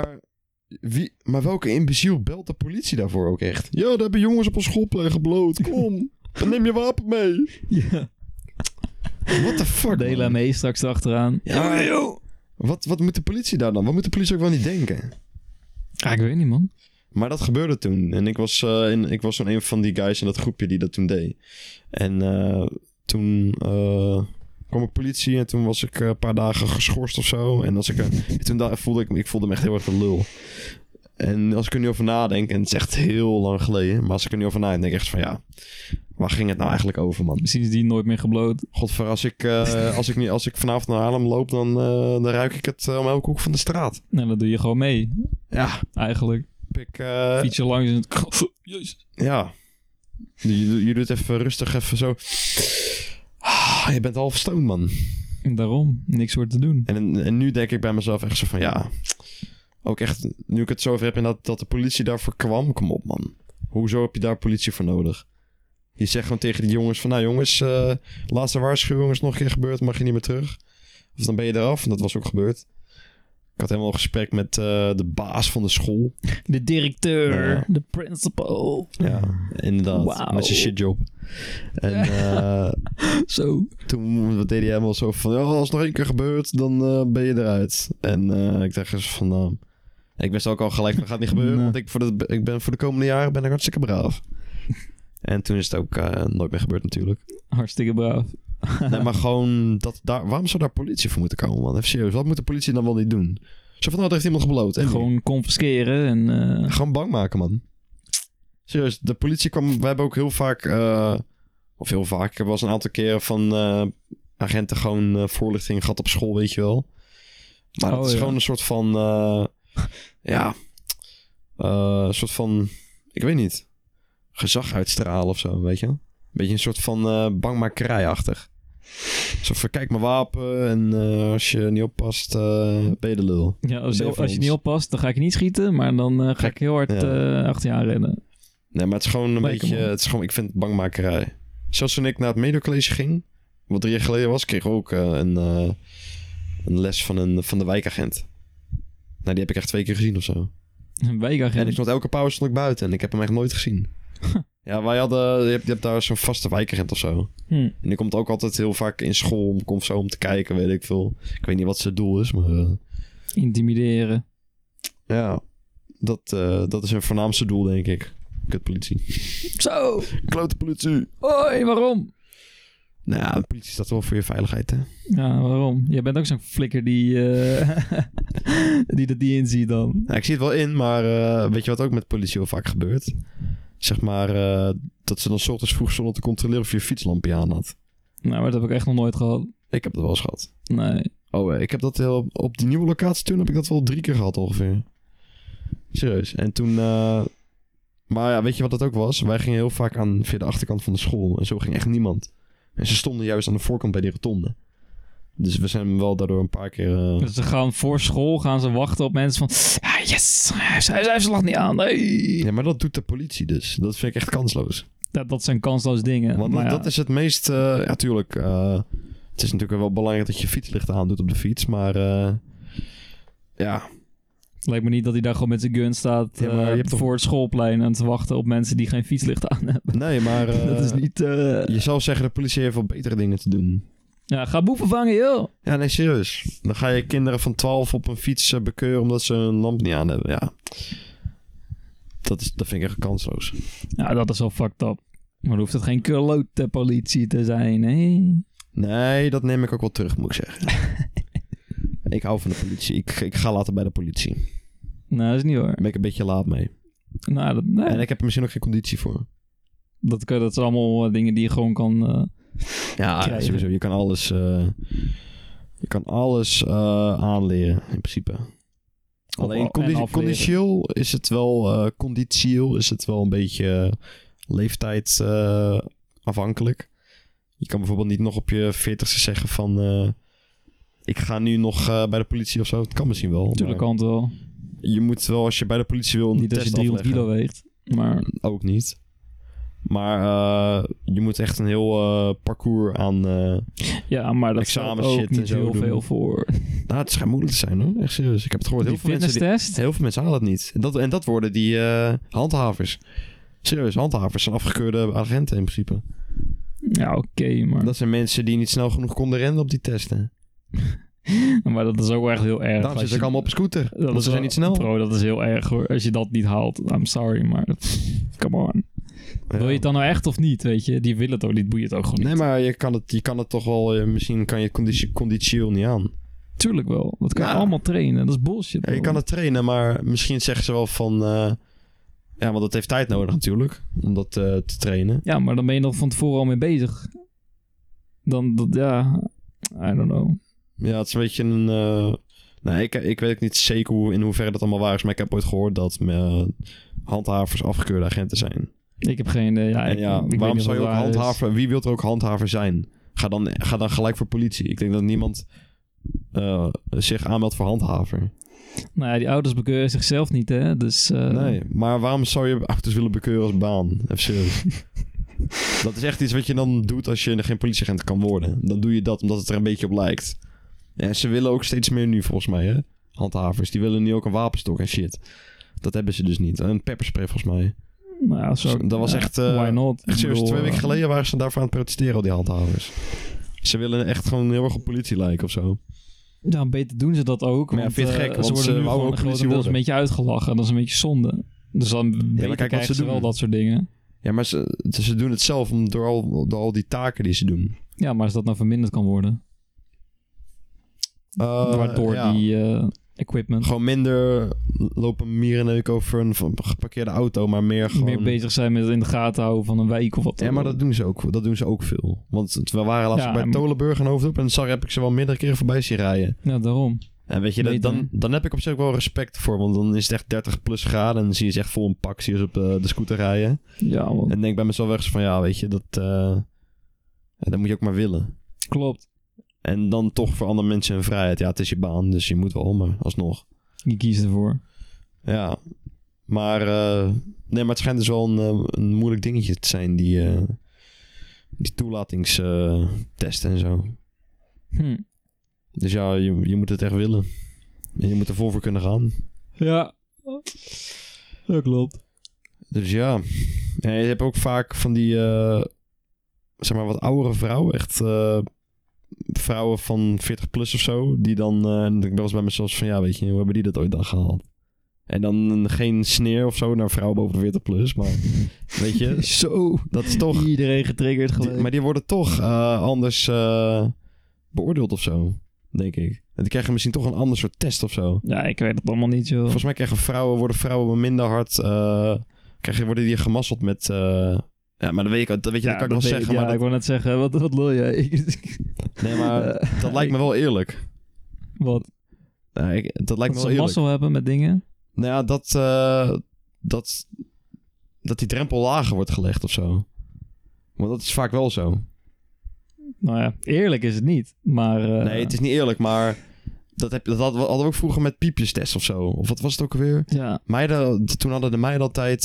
maar welke imbeciel belt de politie daarvoor ook echt? Ja, daar hebben jongens op een schoolplein gebloot. Kom, dan neem je wapen mee. Ja. What the fuck, De hele mee straks erachteraan. Ja, joh. Wat moet de politie daar dan? Wat moet de politie ook wel niet denken? Ah, ik weet niet, man. Maar dat gebeurde toen. En ik was zo'n een van die guys in dat groepje die dat toen deed. En toen kwam de politie en toen was ik een paar dagen geschorst of zo. En voelde ik me echt heel erg de lul. En als ik er nu over nadenk, en het is echt heel lang geleden, maar als ik er nu over nadenk, denk ik echt van ja, waar ging het nou eigenlijk over, man? Misschien is die nooit meer gebloot. Godver, als ik vanavond naar Haarlem loop, dan ruik ik het om elke hoek van de straat. Nou, dat doe je gewoon mee. Ja. Eigenlijk. Fiets je langs en het... Jezus. Ja. Je doet even rustig, even zo. Je bent half stoned, man. Daarom. Niks voor te doen. En nu denk ik bij mezelf echt zo van ja. Ook echt, nu ik het zo over heb en dat de politie daarvoor kwam. Kom op, man. Hoezo heb je daar politie voor nodig? Je zegt gewoon tegen die jongens van... Nou jongens, laatste waarschuwing is nog een keer gebeurd. Mag je niet meer terug. Of dan ben je eraf. En dat was ook gebeurd. Ik had helemaal een gesprek met de baas van de school. De directeur. De principal. Ja, inderdaad. Wow. Met zijn shitjob. En zo. toen deed hij helemaal zo van... als het nog één keer gebeurt, dan ben je eruit. En ik dacht eens van... ik wist ook al gelijk, dat gaat niet gebeuren. Nee. Want ik ben voor de komende jaren ben ik hartstikke braaf. En toen is het ook nooit meer gebeurd natuurlijk. Hartstikke braaf. Nee, maar gewoon... waarom zou daar politie voor moeten komen, man? Even serieus. Wat moet de politie dan wel niet doen? Zo van, er heeft iemand gebloot. En gewoon confisceren en... Gewoon bang maken, man. Serieus, de politie kwam... We hebben ook heel vaak... of heel vaak. Ik heb wel eens een aantal keren van... agenten gewoon voorlichting gehad op school, weet je wel. Maar het is gewoon een soort van... een soort van... Ik weet niet. Gezag uitstralen of zo, weet je wel. Beetje een soort van bangmakerij-achtig. Zo van, kijk mijn wapen en als je niet oppast, ben je de lul. Ja, als je niet oppast, dan ga ik je niet schieten, maar dan ga ik heel hard achter je aan rennen. Nee, maar het is gewoon een beetje... Het is gewoon, ik vind het bangmakerij. Zelfs toen ik naar het medecollege ging, wat 3 jaar geleden was, kreeg ik ook een les van de wijkagent. Nou, die heb ik echt 2 keer gezien of zo. Een wijkagent? En ik stond elke pauze stond ik buiten en ik heb hem echt nooit gezien. Ja, wij hadden... Je hebt daar zo'n vaste wijkagent of zo. En die komt ook altijd heel vaak in school om te kijken, weet ik veel. Ik weet niet wat zijn doel is, maar... Intimideren. Ja, dat is hun voornaamste doel, denk ik. Kut politie. Zo! Klote politie. Hoi, waarom? Nou ja, de politie staat wel voor je veiligheid, hè? Ja, waarom? Jij bent ook zo'n flikker die dat niet inziet dan. Ja, ik zie het wel in, maar weet je wat ook met de politie heel vaak gebeurt? Zeg maar dat ze dan 's ochtends vroeg stonden te controleren of je fietslampje aan had. Nou, maar dat heb ik echt nog nooit gehad. Ik heb dat wel eens gehad. Nee. Oh, ik heb dat op die nieuwe locatie toen heb ik dat wel 3 keer gehad ongeveer. Serieus. En toen... maar ja, weet je wat dat ook was? Wij gingen heel vaak via de achterkant van de school. En zo ging echt niemand. En ze stonden juist aan de voorkant bij die rotonde. Dus we zijn wel daardoor een paar keer... Dus ze gaan voor school wachten op mensen van... Ja, yes, hij heeft zijn lach niet aan. Nee. Ja, maar dat doet de politie dus. Dat vind ik echt kansloos. Dat zijn kansloze dingen. Want maar dat is het meest... ja, tuurlijk. Het is natuurlijk wel belangrijk dat je fietslichten aandoet op de fiets. Maar ja... Het lijkt me niet dat hij daar gewoon met zijn gun staat Ja, maar je hebt voor het schoolplein aan te wachten op mensen die geen fietslichten aan hebben. Nee, maar... dat is niet... Je zou zeggen, de politie heeft wel betere dingen te doen. Ja, ga boeven vangen, joh. Ja, nee, serieus. Dan ga je kinderen van 12 op een fiets bekeuren omdat ze een lamp niet aan hebben. Ja. Dat vind ik echt kansloos. Ja, dat is wel fucked up. Maar dan hoeft het geen klote politie te zijn, hè? Nee, dat neem ik ook wel terug, moet ik zeggen. Ik hou van de politie. Ik ga later bij de politie. Nou, dat is niet waar. Daar ben ik een beetje laat mee. Nou, nee. En ik heb er misschien ook geen conditie voor. Dat zijn allemaal dingen die je gewoon kan Ja, krijgen. sowieso. Je kan alles aanleren, in principe. Alleen conditieel is het wel... conditieel is het wel een beetje leeftijd afhankelijk. Je kan bijvoorbeeld niet nog op je 40ste zeggen van... ik ga nu nog bij de politie of zo. Het kan misschien wel. Natuurlijk kan het wel. Je moet wel, als je bij de politie wil... Niet als je 300 kilo weegt. Maar... Ook niet. Maar je moet echt een heel parcours aan ja, maar dat examens ook shit niet en zo heel doen. veel voor. Nou, het schijnt moeilijk te zijn hoor. Echt serieus. Ik heb het gehoord. Die fitnesstest? Heel veel mensen halen het niet. En dat worden die handhavers. Serieus, handhavers zijn afgekeurde agenten in principe. Ja, oké, maar... Dat zijn mensen die niet snel genoeg konden rennen op die testen. Maar dat is ook wel echt heel erg. Daarom zitten ze allemaal op een scooter. Want ze zijn niet snel. Bro, dat is heel erg hoor. Als je dat niet haalt, I'm sorry, maar... Come on. Ja. Wil je het dan nou echt of niet, weet je? Die willen het ook niet, boeit het ook gewoon niet. Nee, maar je kan het toch wel... misschien kan je het conditieel niet aan. Tuurlijk wel. Dat kan je allemaal trainen. Dat is bullshit. Ja, je kan het trainen, maar misschien zeggen ze wel van... ja, want dat heeft tijd nodig natuurlijk. Om dat te trainen. Ja, maar dan ben je nog van tevoren al mee bezig. Ja... I don't know. Ja, het is een beetje een... nee, ik weet niet zeker in hoeverre dat allemaal waar is. Maar ik heb ooit gehoord dat handhavers afgekeurde agenten zijn. Ik heb geen... ik waarom zou je ook handhaver... Wie wil er ook handhaver zijn? Ga dan gelijk voor politie. Ik denk dat niemand zich aanmeldt voor handhaver. Nou ja, die auto's bekeuren zichzelf niet, hè? Dus, nee, maar waarom zou je auto's willen bekeuren als baan? Even serieus. Dat is echt iets wat je dan doet als je geen politieagent kan worden. Dan doe je dat omdat het er een beetje op lijkt. En ze willen ook steeds meer nu volgens mij, hè? Handhavers. Die willen nu ook een wapenstok en shit. Dat hebben ze dus niet. Een pepperspray volgens mij. Nou ja, dat was echt... why not? Echt serieus, 2 weken geleden waren ze daarvoor aan het protesteren, al die handhavers. Ze willen echt gewoon heel erg op politie lijken of zo. Ja, beter doen ze dat ook. Maar want, vind je het gek? Want ze worden nu wouden gewoon ook politie worden. een beetje uitgelachen. Dat is een beetje zonde. Dus dan krijgen ze wel dat soort dingen. Ja, maar ze doen het zelf door al die taken die ze doen. Ja, maar als dat nou verminderd kan worden? Waardoor die equipment... Gewoon minder lopen mierenneuken over een geparkeerde auto, maar meer gewoon... Meer bezig zijn met het in de gaten houden van een wijk of wat. Ja, maar dat doen ze ook veel. Want we waren laatst bij Tolenburg en Hoofddorp en heb ik ze wel meerdere keren voorbij zien rijden. Ja, daarom. En weet je, dan heb ik op zich wel respect voor, want dan is het echt 30 plus graden en dan zie je ze echt vol een pak, zie je ze op de scooter rijden. Ja, man. En denk bij mezelf weg van, ja, weet je, dat moet je ook maar willen. Klopt. En dan toch voor andere mensen een vrijheid. Ja, het is je baan, dus je moet wel, maar alsnog. Je kiest ervoor. Ja, maar het schijnt dus wel een moeilijk dingetje te zijn, die toelatingstesten en zo. Dus ja, je moet het echt willen. En je moet er vol voor kunnen gaan. Ja, dat klopt. Dus ja. Je hebt ook vaak van die, zeg maar wat oudere vrouwen. Echt vrouwen van 40 plus of zo. Die dan, ik ben wel eens bij mezelf van, ja, weet je, hoe hebben die dat ooit dan gehaald? En dan geen sneer of zo naar vrouwen boven de 40 plus. Maar weet je, zo. Dat is toch... Iedereen getriggerd geweest. Maar die worden toch anders beoordeeld of zo. Denk ik. En die krijgen misschien toch een ander soort test of zo. Ja, ik weet het allemaal niet, joh. Volgens mij worden vrouwen minder hard... worden die gemasseld met... ja, maar dat weet je, dat kan ik wel zeggen. Ja, maar ik wou net zeggen, wat lul jij? Nee, maar dat lijkt me wel eerlijk. Wat? Nee, dat lijkt me wel eerlijk. Dat ze mazzel hebben met dingen? Nou ja, dat die drempel lager wordt gelegd of zo. Want dat is vaak wel zo. Nou ja, eerlijk is het niet. Maar, nee, het is niet eerlijk, maar dat hadden we ook vroeger met piepjestest of zo. Of wat was het ook alweer? Ja. Meiden, toen hadden de meiden altijd...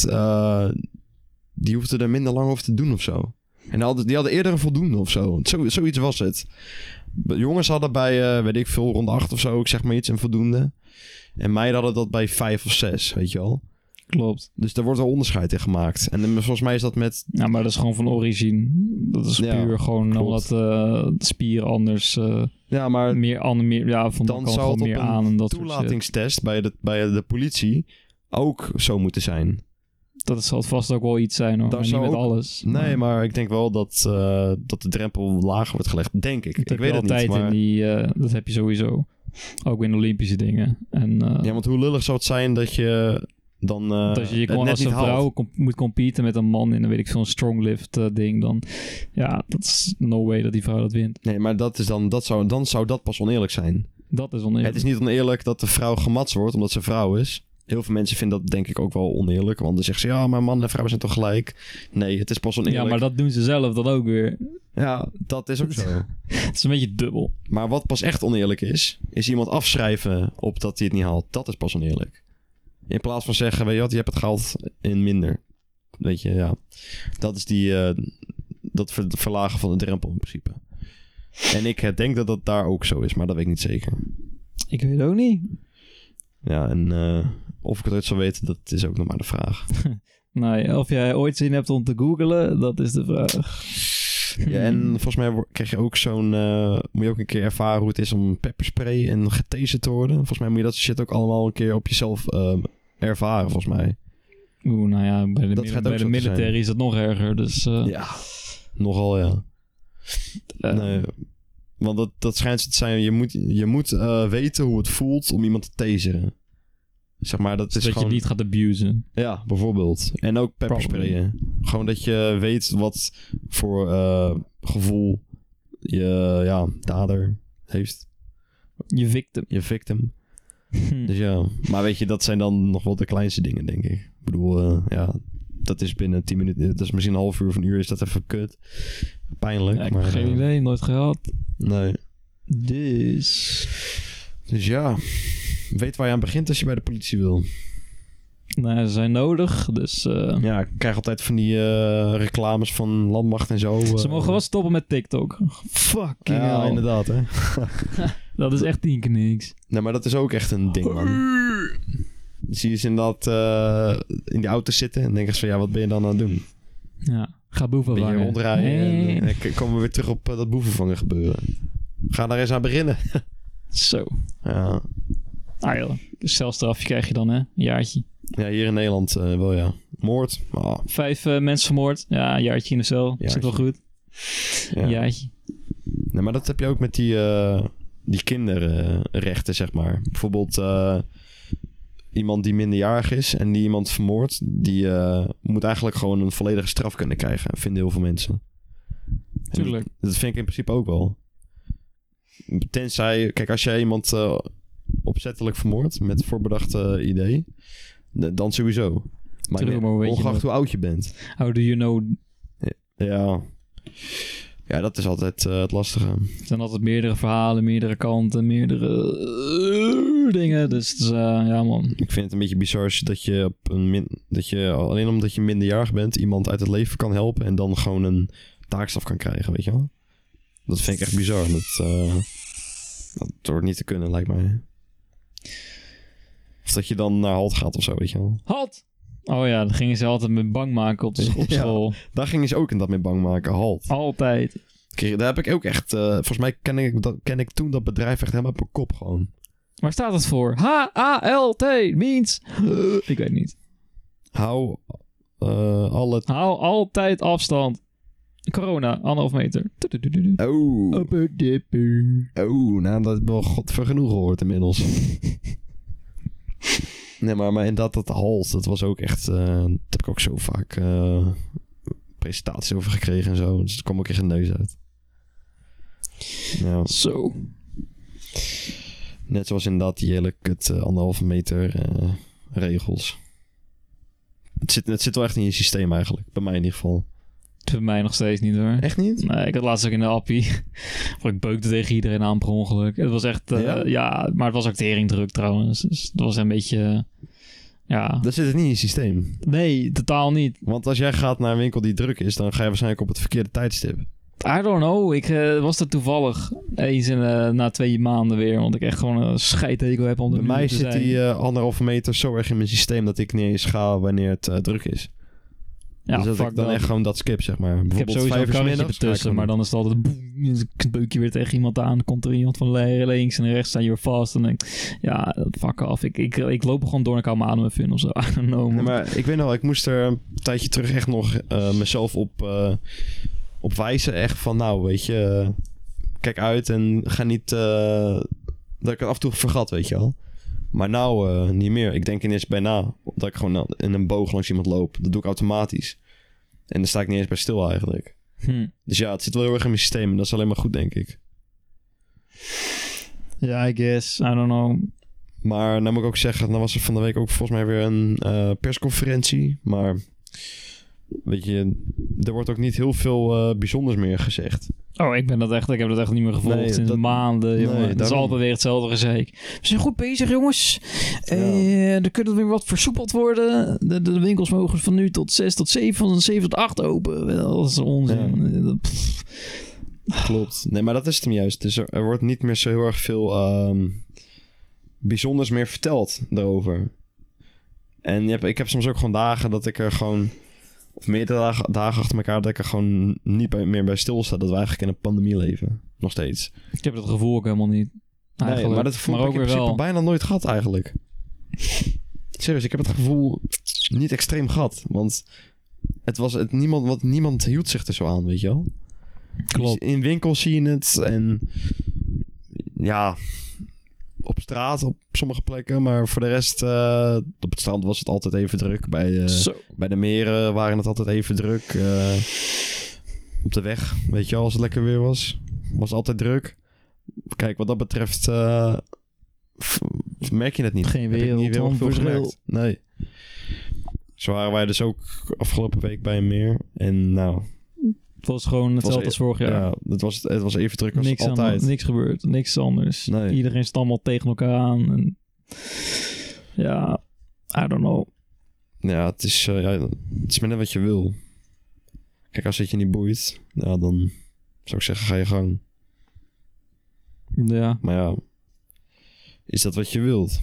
die hoefden er minder lang over te doen of zo. En die hadden eerder een voldoende of zo. Zoiets was het. Jongens hadden bij, weet ik veel, rond 8 of zo, ik zeg maar iets, een voldoende. En meiden hadden dat bij 5 of 6, weet je wel. Klopt. Dus daar wordt wel onderscheid in gemaakt. En volgens mij is dat met... Ja, maar dat is gewoon van origine. Dat is puur gewoon klopt. omdat de spieren anders... ja, maar meer, ja, van dan zou het meer op aan en dat toelatingstest bij de politie ook zo moeten zijn. Dat zal vast ook wel iets zijn hoor, Daar maar niet zou met ook... alles. Nee, maar ik denk wel dat de drempel lager wordt gelegd. Denk ik. Ik weet het altijd niet, maar... in die... dat heb je sowieso. Ook in Olympische dingen. En, ja, want hoe lullig zou het zijn dat je dan dat je gewoon als een vrouw moet competen met een man in een, weet ik veel, een stronglift ding, dan ja, dat is no way dat die vrouw dat wint. Nee, maar dat is dan zou dat pas oneerlijk zijn. Dat is oneerlijk. Het is niet oneerlijk dat de vrouw gematst wordt omdat ze vrouw is. Heel veel mensen vinden dat denk ik ook wel oneerlijk. Want dan zeggen ze, ja, maar man en vrouw zijn toch gelijk? Nee, het is pas oneerlijk. Ja, maar dat doen ze zelf dan ook weer. Ja, dat is ook zo. Het is een beetje dubbel. Maar wat pas echt oneerlijk is iemand afschrijven op dat hij het niet haalt. Dat is pas oneerlijk. In plaats van zeggen, weet je wat, je hebt het gehaald in minder. Weet je, ja. Dat is dat verlagen van de drempel in principe. En ik denk dat dat daar ook zo is, maar dat weet ik niet zeker. Ik weet het ook niet. Ja, en of ik het ooit zou weten, dat is ook nog maar de vraag. Nee, of jij ooit zin hebt om te googlen, dat is de vraag. Ja, en volgens mij krijg je ook moet je ook een keer ervaren hoe het is om pepperspray en getaserd te worden. Volgens mij moet je dat shit ook allemaal een keer op jezelf ervaren, volgens mij. Oeh, nou ja, bij de military is dat nog erger, dus... Ja, nogal ja. Nee, want dat schijnt zo te zijn, je moet weten hoe het voelt om iemand te taseren. Zeg maar, dat is dat gewoon... je niet gaat abusen. Ja, bijvoorbeeld. En ook peppersprayen. Gewoon dat je weet wat voor gevoel je dader heeft. Je victim. Dus ja. Maar weet je, dat zijn dan nog wel de kleinste dingen, denk ik. Ik bedoel, dat is binnen 10 minuten. Dat is misschien een half uur of een uur. Is dat even kut. Pijnlijk. Ja, ik heb geen idee. Nooit gehad. Nee. Dus ja. Weet waar je aan begint als je bij de politie wil. Nou, ze zijn nodig, dus... Ja, ik krijg altijd van die reclames van Landmacht en zo. Ze mogen wel stoppen met TikTok. Fucking hell. Ja, inderdaad, hè. Dat is echt 10 keer niks. Nee, maar dat is ook echt een ding, man. Dan zie je ze inderdaad in die auto zitten en denken ze van, ja, wat ben je dan aan het doen? Ja, ga boeven vangen. Beetje rondrijden en dan komen we weer terug op dat boevenvangen gebeuren. Ga daar eens aan beginnen. Zo. Ja. Ah joh, celstrafje krijg je dan, hè? Een jaartje. Ja, hier in Nederland wel, ja. Moord. 5 mensen vermoord. Ja, een jaartje in de cel. Zit wel goed. Ja. Een jaartje. Nee, maar dat heb je ook met die kinderrechten, zeg maar. Bijvoorbeeld iemand die minderjarig is en die iemand vermoordt, die moet eigenlijk gewoon een volledige straf kunnen krijgen, vinden heel veel mensen. Tuurlijk. Dat vind ik in principe ook wel. Tenzij, kijk, als jij iemand opzettelijk vermoordt met voorbedachte idee, dan sowieso. Maar ongeacht hoe oud je bent. How do you know? Ja, dat is altijd het lastige. Er zijn altijd meerdere verhalen, meerdere kanten, meerdere dingen. Dus ja, man. Ik vind het een beetje bizar dat je alleen omdat je minderjarig bent iemand uit het leven kan helpen en dan gewoon een taakstraf kan krijgen, weet je wel? Dat vind ik echt bizar. Dat hoort niet te kunnen, lijkt mij. Of dat je dan naar halt gaat of zo, weet je wel? Halt! Oh ja, dan gingen ze altijd met bang maken op school. Ja, daar gingen ze ook in dat met bang maken, halt. Altijd. Daar heb ik ook echt... volgens mij ken ik toen dat bedrijf echt helemaal op mijn kop gewoon. Waar staat het voor? H-A-L-T means... Ik weet niet. Hou altijd afstand. Corona, 1,5 meter. Nou, dat heb ik wel godvergenoeg gehoord inmiddels. Nee, maar inderdaad, dat halt, dat was ook echt... daar heb ik ook zo vaak presentaties over gekregen en zo. Dus er kwam ook echt een neus uit. Ja. Zo. Net zoals inderdaad die hele kut 1,5 meter regels. Het zit wel echt in je systeem eigenlijk. Bij mij in ieder geval. Voor mij nog steeds niet hoor. Echt niet? Nee, ik had laatst ook in de appie. Of ik beukte tegen iedereen aan per ongeluk. Het was echt... ja, maar het was ook teringdruk trouwens. Dus het was een beetje... ja. Dat zit het niet in je systeem. Nee, totaal niet. Want als jij gaat naar een winkel die druk is, dan ga je waarschijnlijk op het verkeerde tijdstip. I don't know. Ik was er toevallig eens na 2 maanden weer. Want ik echt gewoon een scheidtekel heb om de Bij mij te zit zijn. die 1,5 meter zo erg in mijn systeem dat ik niet eens ga wanneer het druk is. Ja, dus dat ik dan echt gewoon dat skip, zeg maar. Ik heb sowieso een karretje ertussen, ertussen, maar dan is het altijd boem, beuk je weer tegen iemand aan. Komt er iemand van links en rechts, staan je weer vast. En denk ik, ja, fuck af. Ik loop er gewoon door en ik hou mijn adem even in of zo. I don't know, nee, maar ik weet nog, ik moest er een tijdje terug echt nog mezelf op wijzen. Echt van, nou, weet je, kijk uit en ga niet... dat ik het af en toe vergat, weet je wel. Maar nou niet meer. Ik denk ineens bijna dat ik gewoon in een boog langs iemand loop. Dat doe ik automatisch. En dan sta ik niet eens bij stil eigenlijk. Dus ja, het zit wel heel erg in mijn systeem. En dat is alleen maar goed, denk ik. Ja, I guess. I don't know. Maar nou moet ik ook zeggen, dan was er van de week ook volgens mij weer een persconferentie. Maar weet je, er wordt ook niet heel veel bijzonders meer gezegd. Oh, ik heb dat echt niet meer gevolgd sinds maanden, jongen. Het is altijd weer hetzelfde gezeik. We zijn goed bezig, jongens. Er kunnen weer wat versoepeld worden. De winkels mogen van nu tot 6 tot 7, van 7 tot 8 open. Dat is onzin. Ja. Klopt. Nee, maar dat is het hem juist. Dus er wordt niet meer zo heel erg veel bijzonders meer verteld daarover. En ik heb soms ook gewoon dagen dat ik er gewoon... Of meerdere dagen achter elkaar dat ik er gewoon niet meer bij stilsta. Dat we eigenlijk in een pandemie leven. Nog steeds. Ik heb dat gevoel ook helemaal niet. Eigenlijk. Nee, maar dat gevoel heb ik in principe wel bijna nooit gehad eigenlijk. Serieus, ik heb het gevoel niet extreem gehad. Want niemand hield zich er zo aan, weet je wel. Klopt. In winkels zie je het en ja, op straat op sommige plekken. Maar voor de rest, op het strand was het altijd even druk. Bij de meren waren het altijd even druk. Op de weg, weet je wel, als het lekker weer was het altijd druk. Kijk, wat dat betreft merk je het niet. Geen wereld, niet heel veel gemerkt. Nee. Zo waren wij dus ook afgelopen week bij een meer. En nou... Het was gewoon hetzelfde als vorig jaar. Ja, het was even druk als altijd. Niks gebeurd, niks anders. Nee. Iedereen zit allemaal tegen elkaar aan. En ja, I don't know. Ja, het is maar net wat je wil. Kijk, als het je niet boeit, ja, dan zou ik zeggen, ga je gang. Ja. Maar ja, is dat wat je wilt?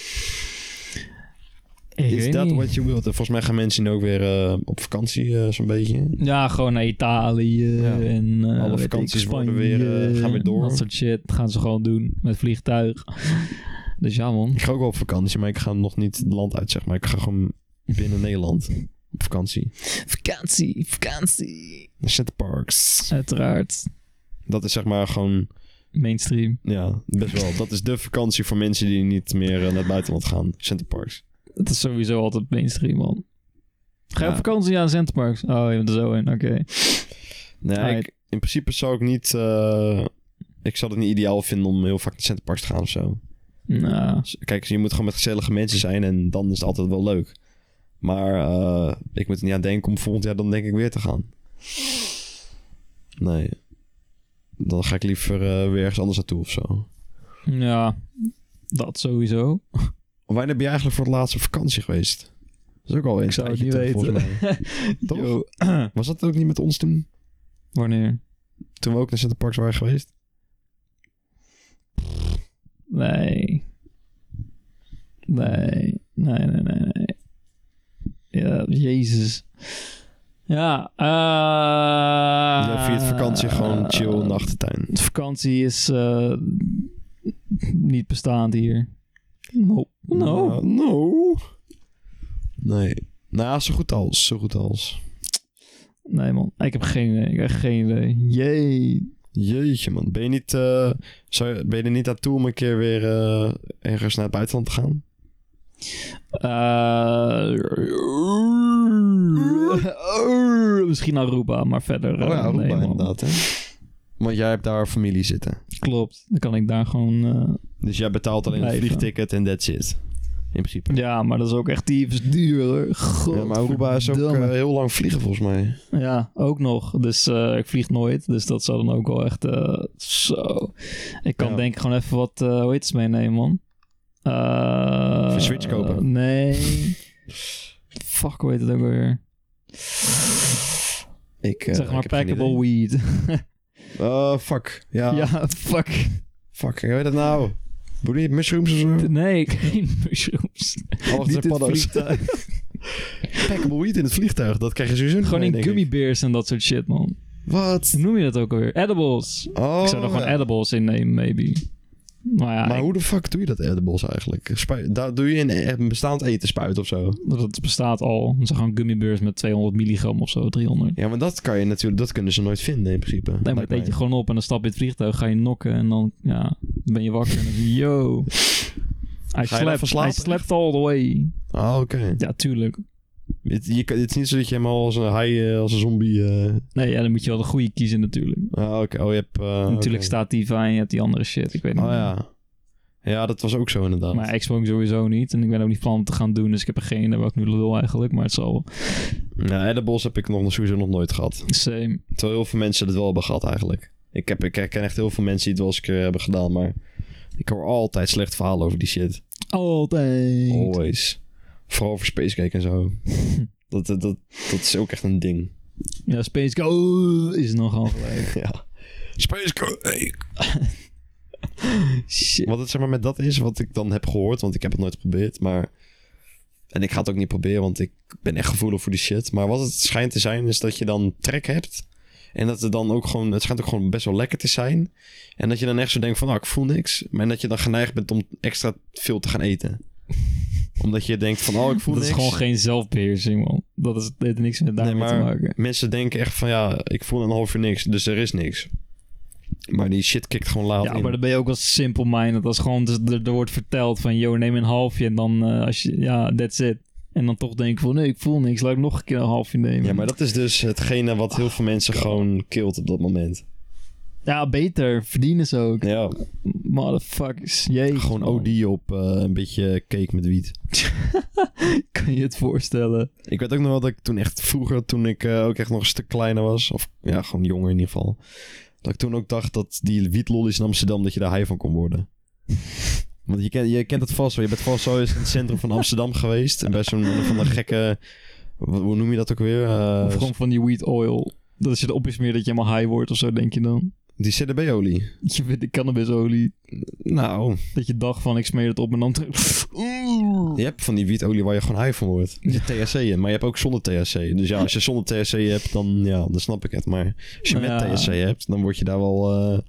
Is dat wat je wilt? En volgens mij gaan mensen nu ook weer op vakantie zo'n beetje. Ja, gewoon naar Italië. Ja. En alle vakanties worden gaan weer door. Dat soort shit gaan ze gewoon doen met vliegtuig. Dus ja, man. Ik ga ook wel op vakantie, maar ik ga nog niet het land uit, zeg maar. Ik ga gewoon binnen Nederland op vakantie. Vakantie. Centerparks. Uiteraard. Dat is zeg maar gewoon... mainstream. Ja, best wel. Dat is de vakantie voor mensen die niet meer naar het buitenland gaan. Centerparks. Dat is sowieso altijd mainstream, man. Ga je op vakantie aan Centerparks? Oh, je bent er zo in. Oké. Nee, in principe zou ik niet... ik zou het niet ideaal vinden om heel vaak naar Centerparks te gaan of zo. Nou. Kijk, je moet gewoon met gezellige mensen zijn en dan is het altijd wel leuk. Maar ik moet er niet aan denken om volgend jaar dan denk ik weer te gaan. Nee. Dan ga ik liever weer ergens anders naartoe of zo. Ja, dat sowieso. Wanneer ben je eigenlijk voor het laatst op vakantie geweest? Dat is ook al eens. Ik zou het niet weten. Toch? Was dat ook niet met ons toen? Wanneer? Toen we ook naar Centerparks waren geweest? Nee. Ja, jezus. Ja. Jij viert vakantie gewoon chill in de achtertuin. De vakantie is niet bestaand hier. No. Nee. Nou, zo goed als. Nee, man. Ik heb geen idee. Jeetje, man. Ben je er niet aan toe om een keer weer ergens naar het buitenland te gaan? Misschien Aruba, maar verder... Aruba nee, inderdaad, hè? Want jij hebt daar familie zitten. Klopt. Dan kan ik daar gewoon... dus jij betaalt alleen het vliegticket en that's it. In principe. Ja, maar dat is ook echt tyfus duur, hoor. Ja, maar Aruba is ook heel lang vliegen, volgens mij. Ja, ook nog. Dus ik vlieg nooit. Dus dat zou dan ook wel echt... zo. Ik kan denk ik gewoon even wat... hoe heet het meenemen, man? Even Switch kopen. Nee. Fuck, hoe heet het ook weer? Zeg maar packable weed. Fuck. Ja. Ja, fuck. Fuck, hoe heet dat nou? Boelie, mushrooms of zo? Nee, geen mushrooms. Alles Niet in het paddo's. vliegtuig. Packable weed in het vliegtuig, dat krijg je sowieso Gewoon mee, in gummy bears en dat soort shit, man. Wat? Hoe noem je dat ook alweer? Edibles. Oh, Ik zou er gewoon edibles in nemen, maybe. Maar hoe de fuck doe je dat edibles eigenlijk? Daar doe je in bestaand eten spuiten of zo? Dat bestaat al. Dat zijn gewoon gummy bears met 200 milligram of zo, 300. Ja, maar dat kan je natuurlijk, dat kunnen ze nooit vinden in principe. Nee, maar dat eet je gewoon op en dan stap je in het vliegtuig, ga je nokken en dan ben je wakker en dan yo. I slept all the way. Oh, oké. Ja, tuurlijk. Het is niet zo dat je helemaal als een haai, als een zombie... Nee, dan moet je wel de goede kiezen natuurlijk. Ah, oké. Oh, je hebt... natuurlijk staat die van, je hebt die andere shit, ik weet niet. Oh ja. Ja, dat was ook zo inderdaad. Maar X-Smoke sowieso niet. En ik ben ook niet van om te gaan doen, dus ik heb er geen idee wat ik nu lul eigenlijk, maar het zal... Ja, edibles heb ik sowieso nog nooit gehad. Same. Terwijl heel veel mensen het wel hebben gehad eigenlijk. Ik ken echt heel veel mensen die het wel eens een keer hebben gedaan, maar ik hoor altijd slecht verhalen over die shit. Altijd. Always. Vooral over Spacecake en zo. dat is ook echt een ding. Ja, Spacecake is nogal gelijk. Ja. Spacecake. Shit. Wat het zeg maar met dat is, wat ik dan heb gehoord, want ik heb het nooit geprobeerd, maar... En ik ga het ook niet proberen, want ik ben echt gevoelig voor die shit. Maar wat het schijnt te zijn, is dat je dan trek hebt. En dat het dan ook gewoon... Het schijnt ook gewoon best wel lekker te zijn. En dat je dan echt zo denkt van, ik voel niks. Maar dat je dan geneigd bent om extra veel te gaan eten. Omdat je denkt van, ik voel niks. Dat is gewoon geen zelfbeheersing, man. Dat heeft niks met daarmee te maken. Mensen denken echt van, ik voel een half uur niks. Dus er is niks. Maar die shit kikt gewoon laat in. Ja, maar dan ben je ook wel simple-minded. Dat is gewoon, er wordt verteld van, neem een halfje. En dan, that's it. En dan toch denken van, nee, ik voel niks. Laat ik nog een keer een halfje nemen. Ja, maar dat is dus hetgene wat heel veel mensen gewoon killt op dat moment. Ja, beter. Verdienen ze ook. Ja. Motherfuckers. Jezus, gewoon OD op een beetje cake met wiet. Kan je het voorstellen? Ik weet ook nog wel dat ik toen echt vroeger, toen ik ook echt nog een stuk kleiner was. Of ja, gewoon jonger in ieder geval. Dat ik toen ook dacht dat die wietlollies in Amsterdam, dat je daar high van kon worden. Want je kent het vast wel. Je bent vast zo eens in het centrum van Amsterdam geweest. En bij zo'n van een gekke... Hoe noem je dat ook weer? Of gewoon van die weed oil. Dat als je erop is meer dat je helemaal high wordt of zo, denk je dan? Die CDB-olie. Je vindt de cannabisolie. Nou. Dat je dacht van, ik smeer het op en dan... Je hebt van die wietolie waar je gewoon high van wordt. Er zit THC in, maar je hebt ook zonder THC. Dus ja, als je zonder THC hebt, dan snap ik het. Maar als je met THC hebt, dan word je daar wel...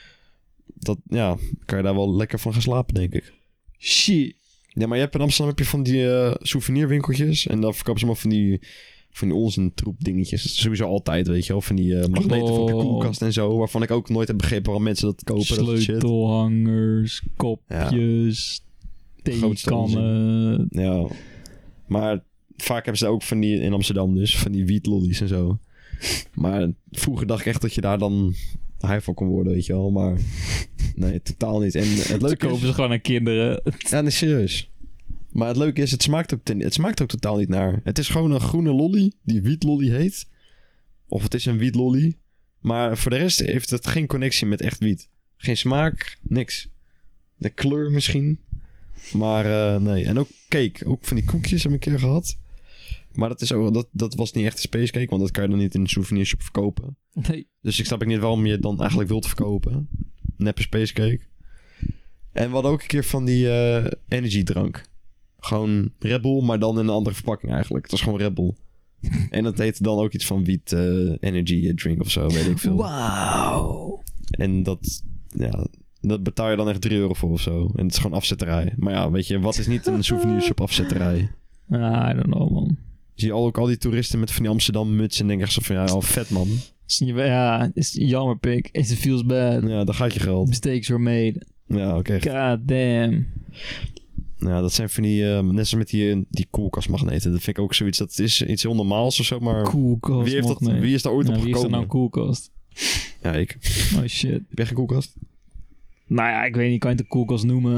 kan je daar wel lekker van gaan slapen, denk ik. Shit. Ja, maar je hebt in Amsterdam heb je van die souvenirwinkeltjes. En dan verkopen ze maar van die onzin troep dingetjes. Sowieso altijd, weet je wel. Van die magneten voor op je koelkast en zo. Waarvan ik ook nooit heb begrepen waarom mensen dat kopen. Sleutelhangers, kopjes, theekannen. Ja. Maar vaak hebben ze ook van die in Amsterdam dus. Van die wietlollies en zo. Maar vroeger dacht ik echt dat je daar dan high van kon worden, weet je wel. Maar nee, totaal niet. En het leuke kopen ze gewoon aan kinderen. Ja, nee, serieus. Maar het leuke is, het smaakt ook totaal niet naar. Het is gewoon een groene lolly, die wietlolly heet. Of het is een wietlolly. Maar voor de rest heeft het geen connectie met echt wiet. Geen smaak, niks. De kleur misschien. Maar nee. En ook cake. Ook van die koekjes heb ik een keer gehad. Maar dat was niet echt een spacecake, want dat kan je dan niet in een souvenirshop verkopen. Nee. Dus ik snap niet waarom je het dan eigenlijk wilt verkopen. Neppe spacecake. En we hadden ook een keer van die energiedrank. Gewoon Red Bull, maar dan in een andere verpakking eigenlijk. Het was gewoon Red Bull. En dat heette dan ook iets van wiet energy drink of zo, weet ik veel. Wauw. En dat betaal je dan echt €3 voor of zo. En het is gewoon afzetterij. Maar ja, weet je, wat is niet een souvenirshop afzetterij? I don't know, man. Zie je ook al die toeristen met van die Amsterdam muts en denk echt zo van, vet man. Ja, is jammer, pik. It feels bad. Ja, dan gaat je geld. Mistakes were made. Ja, oké. God damn. Ja, dat zijn van die, net zoals met die koelkastmagneten. Dat vind ik ook zoiets, dat is iets heel normaals of zo, maar wie is daar ooit op gekomen? Wie is er nou een koelkast? Ja, ik. Oh shit. Heb jij geen koelkast? Nou ja, ik weet niet, kan je het een koelkast noemen?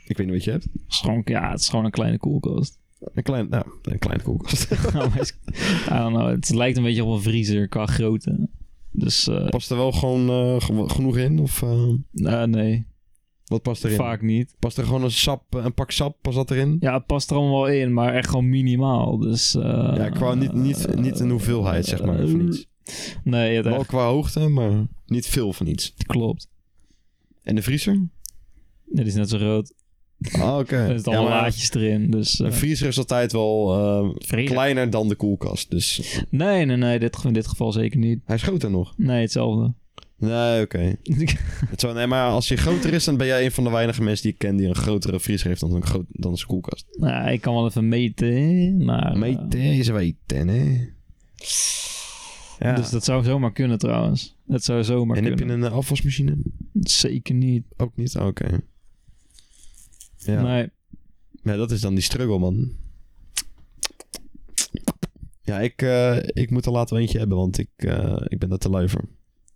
Ik weet niet wat je hebt. Het is gewoon een kleine koelkast. Een kleine koelkast. I don't know. Het lijkt een beetje op een vriezer qua grootte. Dus, past er wel gewoon genoeg in? Of, nee. Wat past erin? Vaak niet. Past er gewoon een pak sap, past dat erin? Ja, het past er allemaal wel in, maar echt gewoon minimaal. Dus, qua niet een hoeveelheid, zeg maar, van iets. Nee, wel qua hoogte, maar niet veel van iets. Klopt. En de vriezer? Nee, die is net zo groot. Oké. Er zitten allemaal laadjes erin. Dus, een vriezer is altijd wel kleiner dan de koelkast. Dus... Nee, in dit geval zeker niet. Hij is groter nog? Nee, hetzelfde. Nee, oké. Maar als hij groter is, dan ben jij een van de weinige mensen die ik ken die een grotere vriezer heeft dan een koelkast. Nou, ik kan wel even meten, maar... Meten is weten, hè? Ja. Dus dat zou zomaar kunnen trouwens. Dat zou zomaar kunnen. En heb je een afwasmachine? Zeker niet. Ook niet? Oké. Ja. Nee. Ja, dat is dan die struggle, man. Ja, ik moet er later eentje hebben, want ik ben daar te lui voor.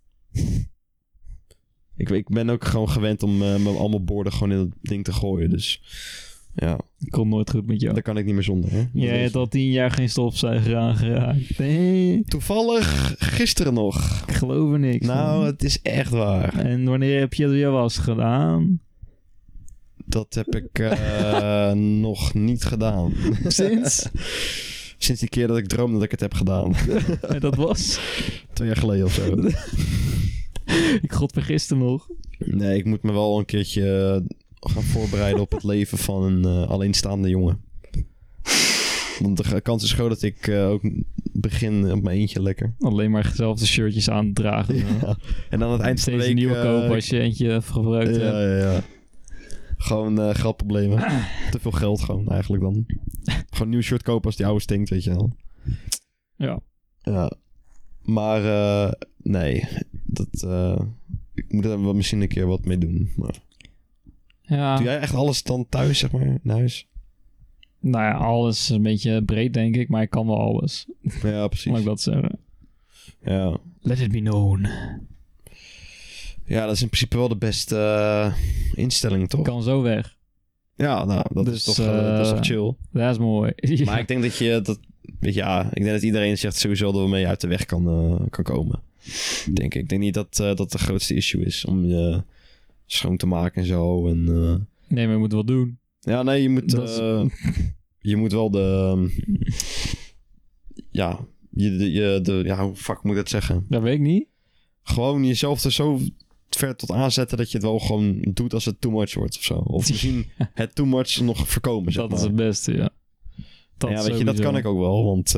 Ik ben ook gewoon gewend om allemaal borden gewoon in het ding te gooien, dus ja. Ik kom nooit goed met jou. Daar kan ik niet meer zonder, hè? Jij hebt al 10 jaar geen stofzuiger aangeraakt. Nee. Toevallig gisteren nog. Ik geloof er niks. Nou, man. Het is echt waar. En wanneer heb je het weer was gedaan? Dat heb ik nog niet gedaan. Sinds? Sinds die keer dat ik droomde dat ik het heb gedaan. En dat was? 2 jaar geleden of zo. Ik godvergiste nog. Nee, ik moet me wel een keertje gaan voorbereiden op het leven van een alleenstaande jongen. Want de kans is groot dat ik ook begin op mijn eentje lekker. Alleen maar dezelfde shirtjes aan te dragen. Ja. En aan het eind van de steeds week... een nieuwe kopen als je eentje gebruikt hebt. Ja. Gewoon geldproblemen. Te veel geld gewoon eigenlijk dan. Gewoon een nieuw shirt kopen als die oude stinkt, weet je wel. Ja. Maar nee. Ik moet er wel misschien een keer wat mee doen. Maar... Ja. Doe jij echt alles dan thuis, zeg maar, in huis? Nou ja, alles een beetje breed, denk ik. Maar ik kan wel alles. Ja, precies. Laat ik dat zeggen. Ja. Let it be known. Ja, dat is in principe wel de beste instelling, toch? Kan zo weg. Ja, nou, dat is toch chill. Dat is mooi. Ja. Maar ik denk dat ik denk dat iedereen zegt sowieso dat we mee uit de weg kan komen. Ik denk niet dat dat de grootste issue is om je schoon te maken en zo. En, nee, maar je moet het wel doen. Ja, nee, je moet... je moet wel hoe fuck moet ik dat zeggen? Dat weet ik niet. Gewoon jezelf er zo ver tot aanzetten dat je het wel gewoon doet als het too much wordt of zo. Of misschien het too much nog voorkomen, zeg maar. Dat is het beste, ja. Ja, weet je, dat kan ik ook wel, want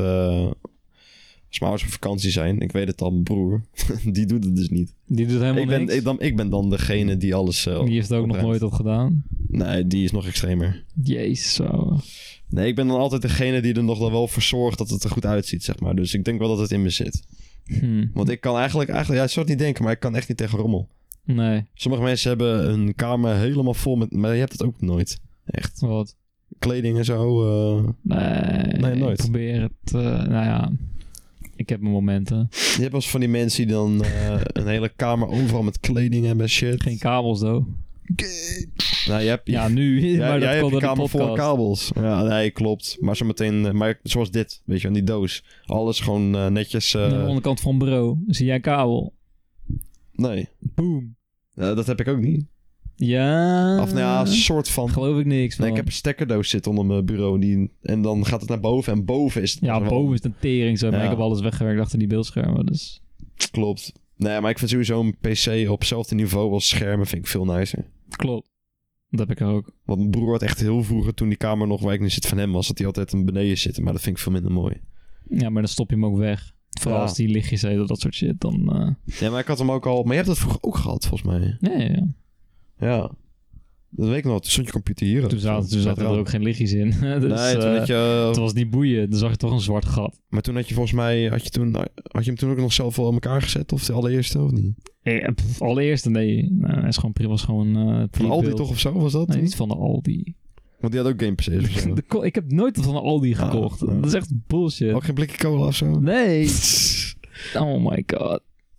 als mijn ouders op vakantie zijn, ik weet het al, mijn broer, die doet het dus niet. Die doet helemaal niks? Ik ben dan degene die alles die heeft het ook nog nooit al gedaan? Nee, die is nog extremer. Jezus, zo. Nee, ik ben dan altijd degene die er nog wel voor zorgt dat het er goed uitziet, zeg maar. Dus ik denk wel dat het in me zit. Want ik kan eigenlijk ja, ik zou het niet denken, maar ik kan echt niet tegen rommel. Nee. Sommige mensen hebben een kamer helemaal vol met, maar je hebt het ook nooit. Echt. Wat? Kleding en zo. Nee, nooit. Ik probeer het, nou ja, ik heb mijn momenten. Je hebt wel eens van die mensen die dan een hele kamer overal met kleding hebben en shit. Geen kabels, though. Nou, je hebt... Ja, nu. Maar dat jij hebt komt je door de kamer vol podcast. kabels. Ja, nee, klopt. Maar zometeen... maar zoals dit, weet je, aan die doos. Alles gewoon netjes... Aan de onderkant van het bureau. Zie jij een kabel? Nee. Boom. Dat heb ik ook niet. Ja. Of nou ja, een soort van... Geloof ik niks van. Nee, ik heb een stekkerdoos zitten onder mijn bureau. En dan gaat het naar boven. En boven is het... Ja, wel... boven is het een tering zo. Maar Ja. ik heb alles weggewerkt achter die beeldschermen. Dus... Klopt. Nee, maar ik vind sowieso een PC op hetzelfde niveau als schermen vind ik veel nicer. Klopt. Dat heb ik er ook. Want mijn broer had echt heel vroeger, toen die kamer nog waar ik nu zit van hem was, dat hij altijd een beneden zitten. Maar dat vind ik veel minder mooi. Ja, maar dan stop je hem ook weg. Vooral Ja. als die lichtjes heeft of dat soort shit. Dan, Ja, maar ik had hem ook al... Maar je hebt dat vroeger ook gehad, volgens mij. ja. Ja. Dat weet ik nog. Toen stond je computer hier. Toen zaten er ook geen lichtjes in. Dus, nee, toen had je... het was niet boeien. Dan zag je toch een zwart gat. Maar toen had je volgens mij... Had je hem toen ook nog zelf wel in elkaar gezet? Of de allereerste, of niet? Allereerst, nee. Hij is gewoon prima. Was gewoon... Van Aldi toch of zo, was dat? Nee, niet van de Aldi. Want die had ook game PC's of zo. Ik heb nooit van de Aldi gekocht. Ja. Dat is echt bullshit. Ook geen blikje cola of zo? Nee. Oh my god.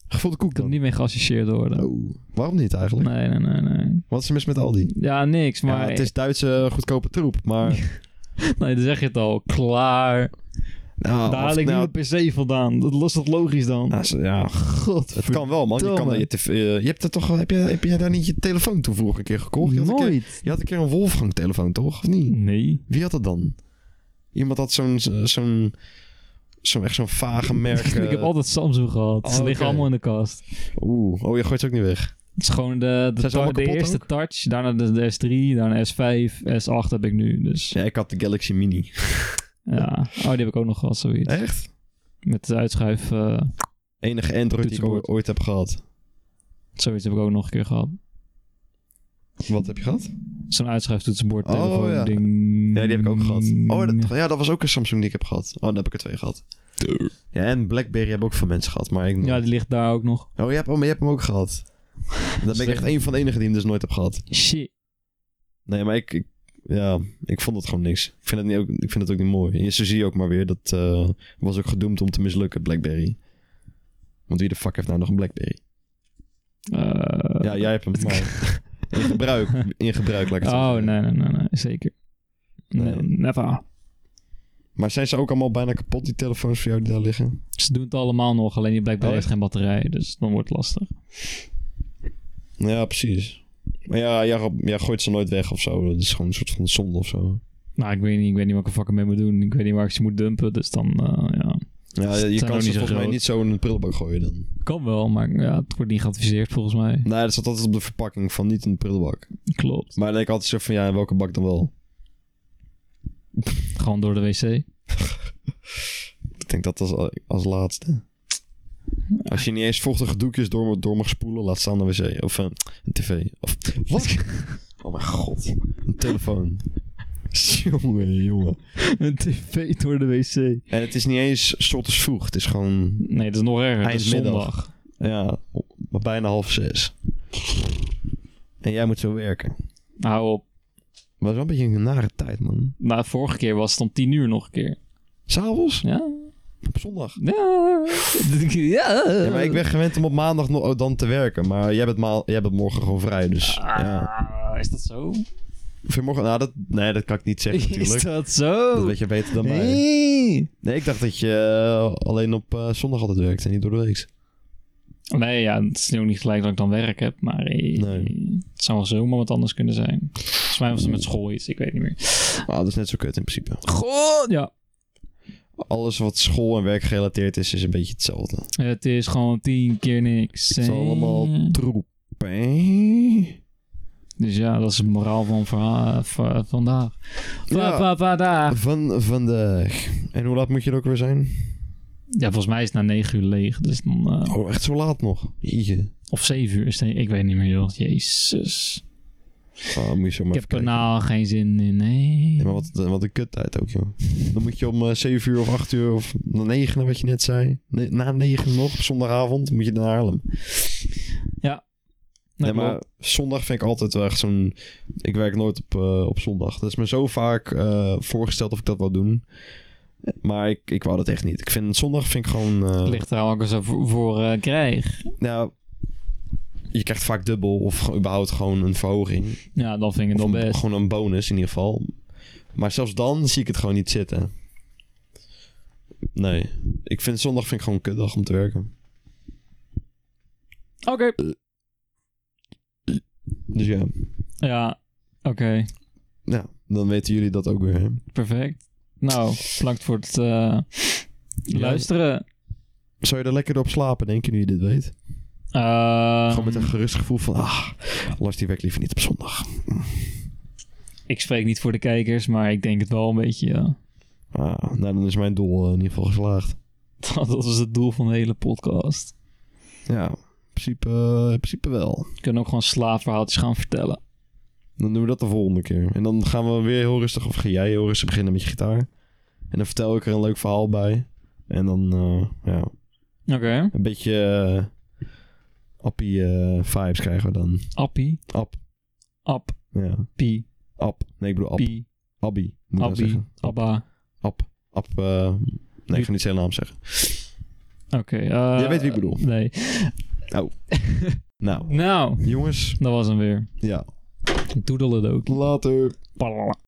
Gevulde koek kan dan? niet mee geassocieerd worden. Oh, waarom niet eigenlijk? Nee. Wat is er mis met Aldi? Ja, niks, maar... Ja, het is Duitse goedkope troep, maar... Nee, dan zeg je het al. Klaar. Nou, Daar haal ik nu een PC vandaan. Dat is toch logisch dan? Ja, God. het kan wel, man. Je kan je hebt er toch... Heb jij daar niet je telefoon toen vroeger een keer gekocht? Nooit. Je had een keer een Wolfgang telefoon, toch? Of niet? Nee. Wie had dat dan? Iemand had zo'n echt zo'n vage merk. Ik heb altijd Samsung gehad. Ze liggen allemaal in de kast. Oh, je gooit ze ook niet weg. Het is gewoon de eerste ook? Touch, daarna de S3, daarna S5, S8 heb ik nu. Dus. Ja, ik had de Galaxy Mini. Ja, die heb ik ook nog gehad, zoiets. Echt? Met de uitschuif. Enige Android die ik ooit heb gehad. Zoiets heb ik ook nog een keer gehad. Wat heb je gehad? Zo'n uitschuiftoetsenbord, telefoon, ja. ding. Ja, die heb ik ook gehad. Dat was ook een Samsung die ik heb gehad. Oh, dan heb ik er 2 gehad. Ja, en Blackberry heb ook veel mensen gehad, maar ik... Ja, die ligt daar ook nog. Oh, je hebt hem ook gehad. Dan ben ik echt een van de enigen die hem dus nooit heb gehad. Shit. Nee, maar ik vond het gewoon niks. Ik vind het ook niet mooi. En zo zie je ook maar weer, dat was ook gedoemd om te mislukken, Blackberry. Want wie de fuck heeft nou nog een Blackberry? Ja, jij hebt hem, maar in gebruik, laat ik het zo zeggen. Nee, zeker. Nee, never. Maar zijn ze ook allemaal bijna kapot, die telefoons voor jou die daar liggen? Ze doen het allemaal nog, alleen die Blackberry heeft geen batterij, dus dan wordt het lastig. Ja, precies. Maar jij gooit ze nooit weg of zo. Dat is gewoon een soort van zonde of zo. Nou, ik weet niet wat ik er fucking mee moet doen. Ik weet niet waar ik ze moet dumpen, dus dan, ja. Ja, je kan ze volgens mij niet zo in een prullenbak gooien dan. Kan wel, maar ja, het wordt niet geadviseerd volgens mij. Nee, dat staat altijd op de verpakking van niet in de prullenbak. Klopt. Maar dan denk ik altijd zo van, ja, in welke bak dan wel? Gewoon door de wc. Ik denk dat als laatste. Als je niet eens vochtige doekjes door mag spoelen, laat staan een wc. Of een tv. Of wat? Oh mijn god. Een telefoon. Jongen. Een tv door de wc. En het is niet eens 's ochtends vroeg. Het is gewoon... Nee, dat is nog erger. Het is zondag. Ja, bijna 5:30. En jij moet zo werken. Hou op. Maar wel een beetje een nare tijd, man. Nou, de vorige keer was het om 10 uur nog een keer. 'S'avonds? Ja. Op zondag? Ja. Ja, maar ik ben gewend om op maandag dan te werken. Maar jij bent morgen gewoon vrij, dus ja. Is dat zo? Of je morgen... Nou, dat kan ik niet zeggen natuurlijk. Is dat zo? Dat weet je beter dan mij. Nee, ik dacht dat je alleen op zondag altijd werkt en niet door de week. Nee, ja, het is ook niet gelijk dat ik dan werk heb, maar nee. Het zou wel zomaar wat anders kunnen zijn. Volgens mij was het met school iets, ik weet niet meer. Dat is net zo kut in principe. God, ja. Alles wat school en werk gerelateerd is een beetje hetzelfde. Het is gewoon 10 keer niks. Het is allemaal troep, hè? Dus ja, dat is het moraal van vandaag. Vandaag. Vandaag. En hoe laat moet je er ook weer zijn? Ja, volgens mij is het na 9 uur leeg. Dus dan, Oh, echt zo laat nog? Jeetje. Of 7 uur is het. Ik weet niet meer, joh. Jezus. Moet je zo maar ik heb er nou geen zin in, nee. Ja, maar wat een kuttijd ook, joh. Dan moet je om 7 uur of 8 uur of 9, wat je net zei. Na 9 nog, op zondagavond, moet je naar Haarlem. Ja. Nee, maar zondag vind ik altijd wel echt zo'n... Ik werk nooit op zondag. Dat is me zo vaak voorgesteld of ik dat wil doen. Maar ik wou dat echt niet. Ik vind zondag gewoon... Het ligt er ook eens voor krijg. Nou, je krijgt vaak dubbel of überhaupt gewoon een verhoging. Ja, dan vind ik het wel best. Gewoon een bonus in ieder geval. Maar zelfs dan zie ik het gewoon niet zitten. Nee. Zondag vind ik gewoon een kutdag om te werken. Oké. Dus ja. Ja, oké. Ja, dan weten jullie dat ook weer. Hè? Perfect. Nou, bedankt voor het luisteren. Zou je er lekker op slapen, denk je, nu je dit weet? Gewoon met een gerust gevoel van... Lars die werkt liever niet op zondag. Ik spreek niet voor de kijkers, maar ik denk het wel een beetje, ja. Nou, dan is mijn doel in ieder geval geslaagd. Dat is het doel van de hele podcast. Ja, in principe wel. We kunnen ook gewoon slaafverhaaltjes gaan vertellen. Dan doen we dat de volgende keer. En dan gaan we weer heel rustig... Of ga jij heel rustig beginnen met je gitaar. En dan vertel ik er een leuk verhaal bij. En dan, ja... Oké. Een beetje... appie vibes krijgen we dan. Appie? App. Ja. Pie. App. Nee, ik bedoel app. Pie. Abby. Moet ik Abby. zeggen. Abba. App. Nee, ik ga niet zijn naam zeggen. Oké. Jij weet wie ik bedoel. Nee. Oh. Nou. Nou. Jongens. Dat was hem weer. Ja. Toedeledokie. Later. Palala.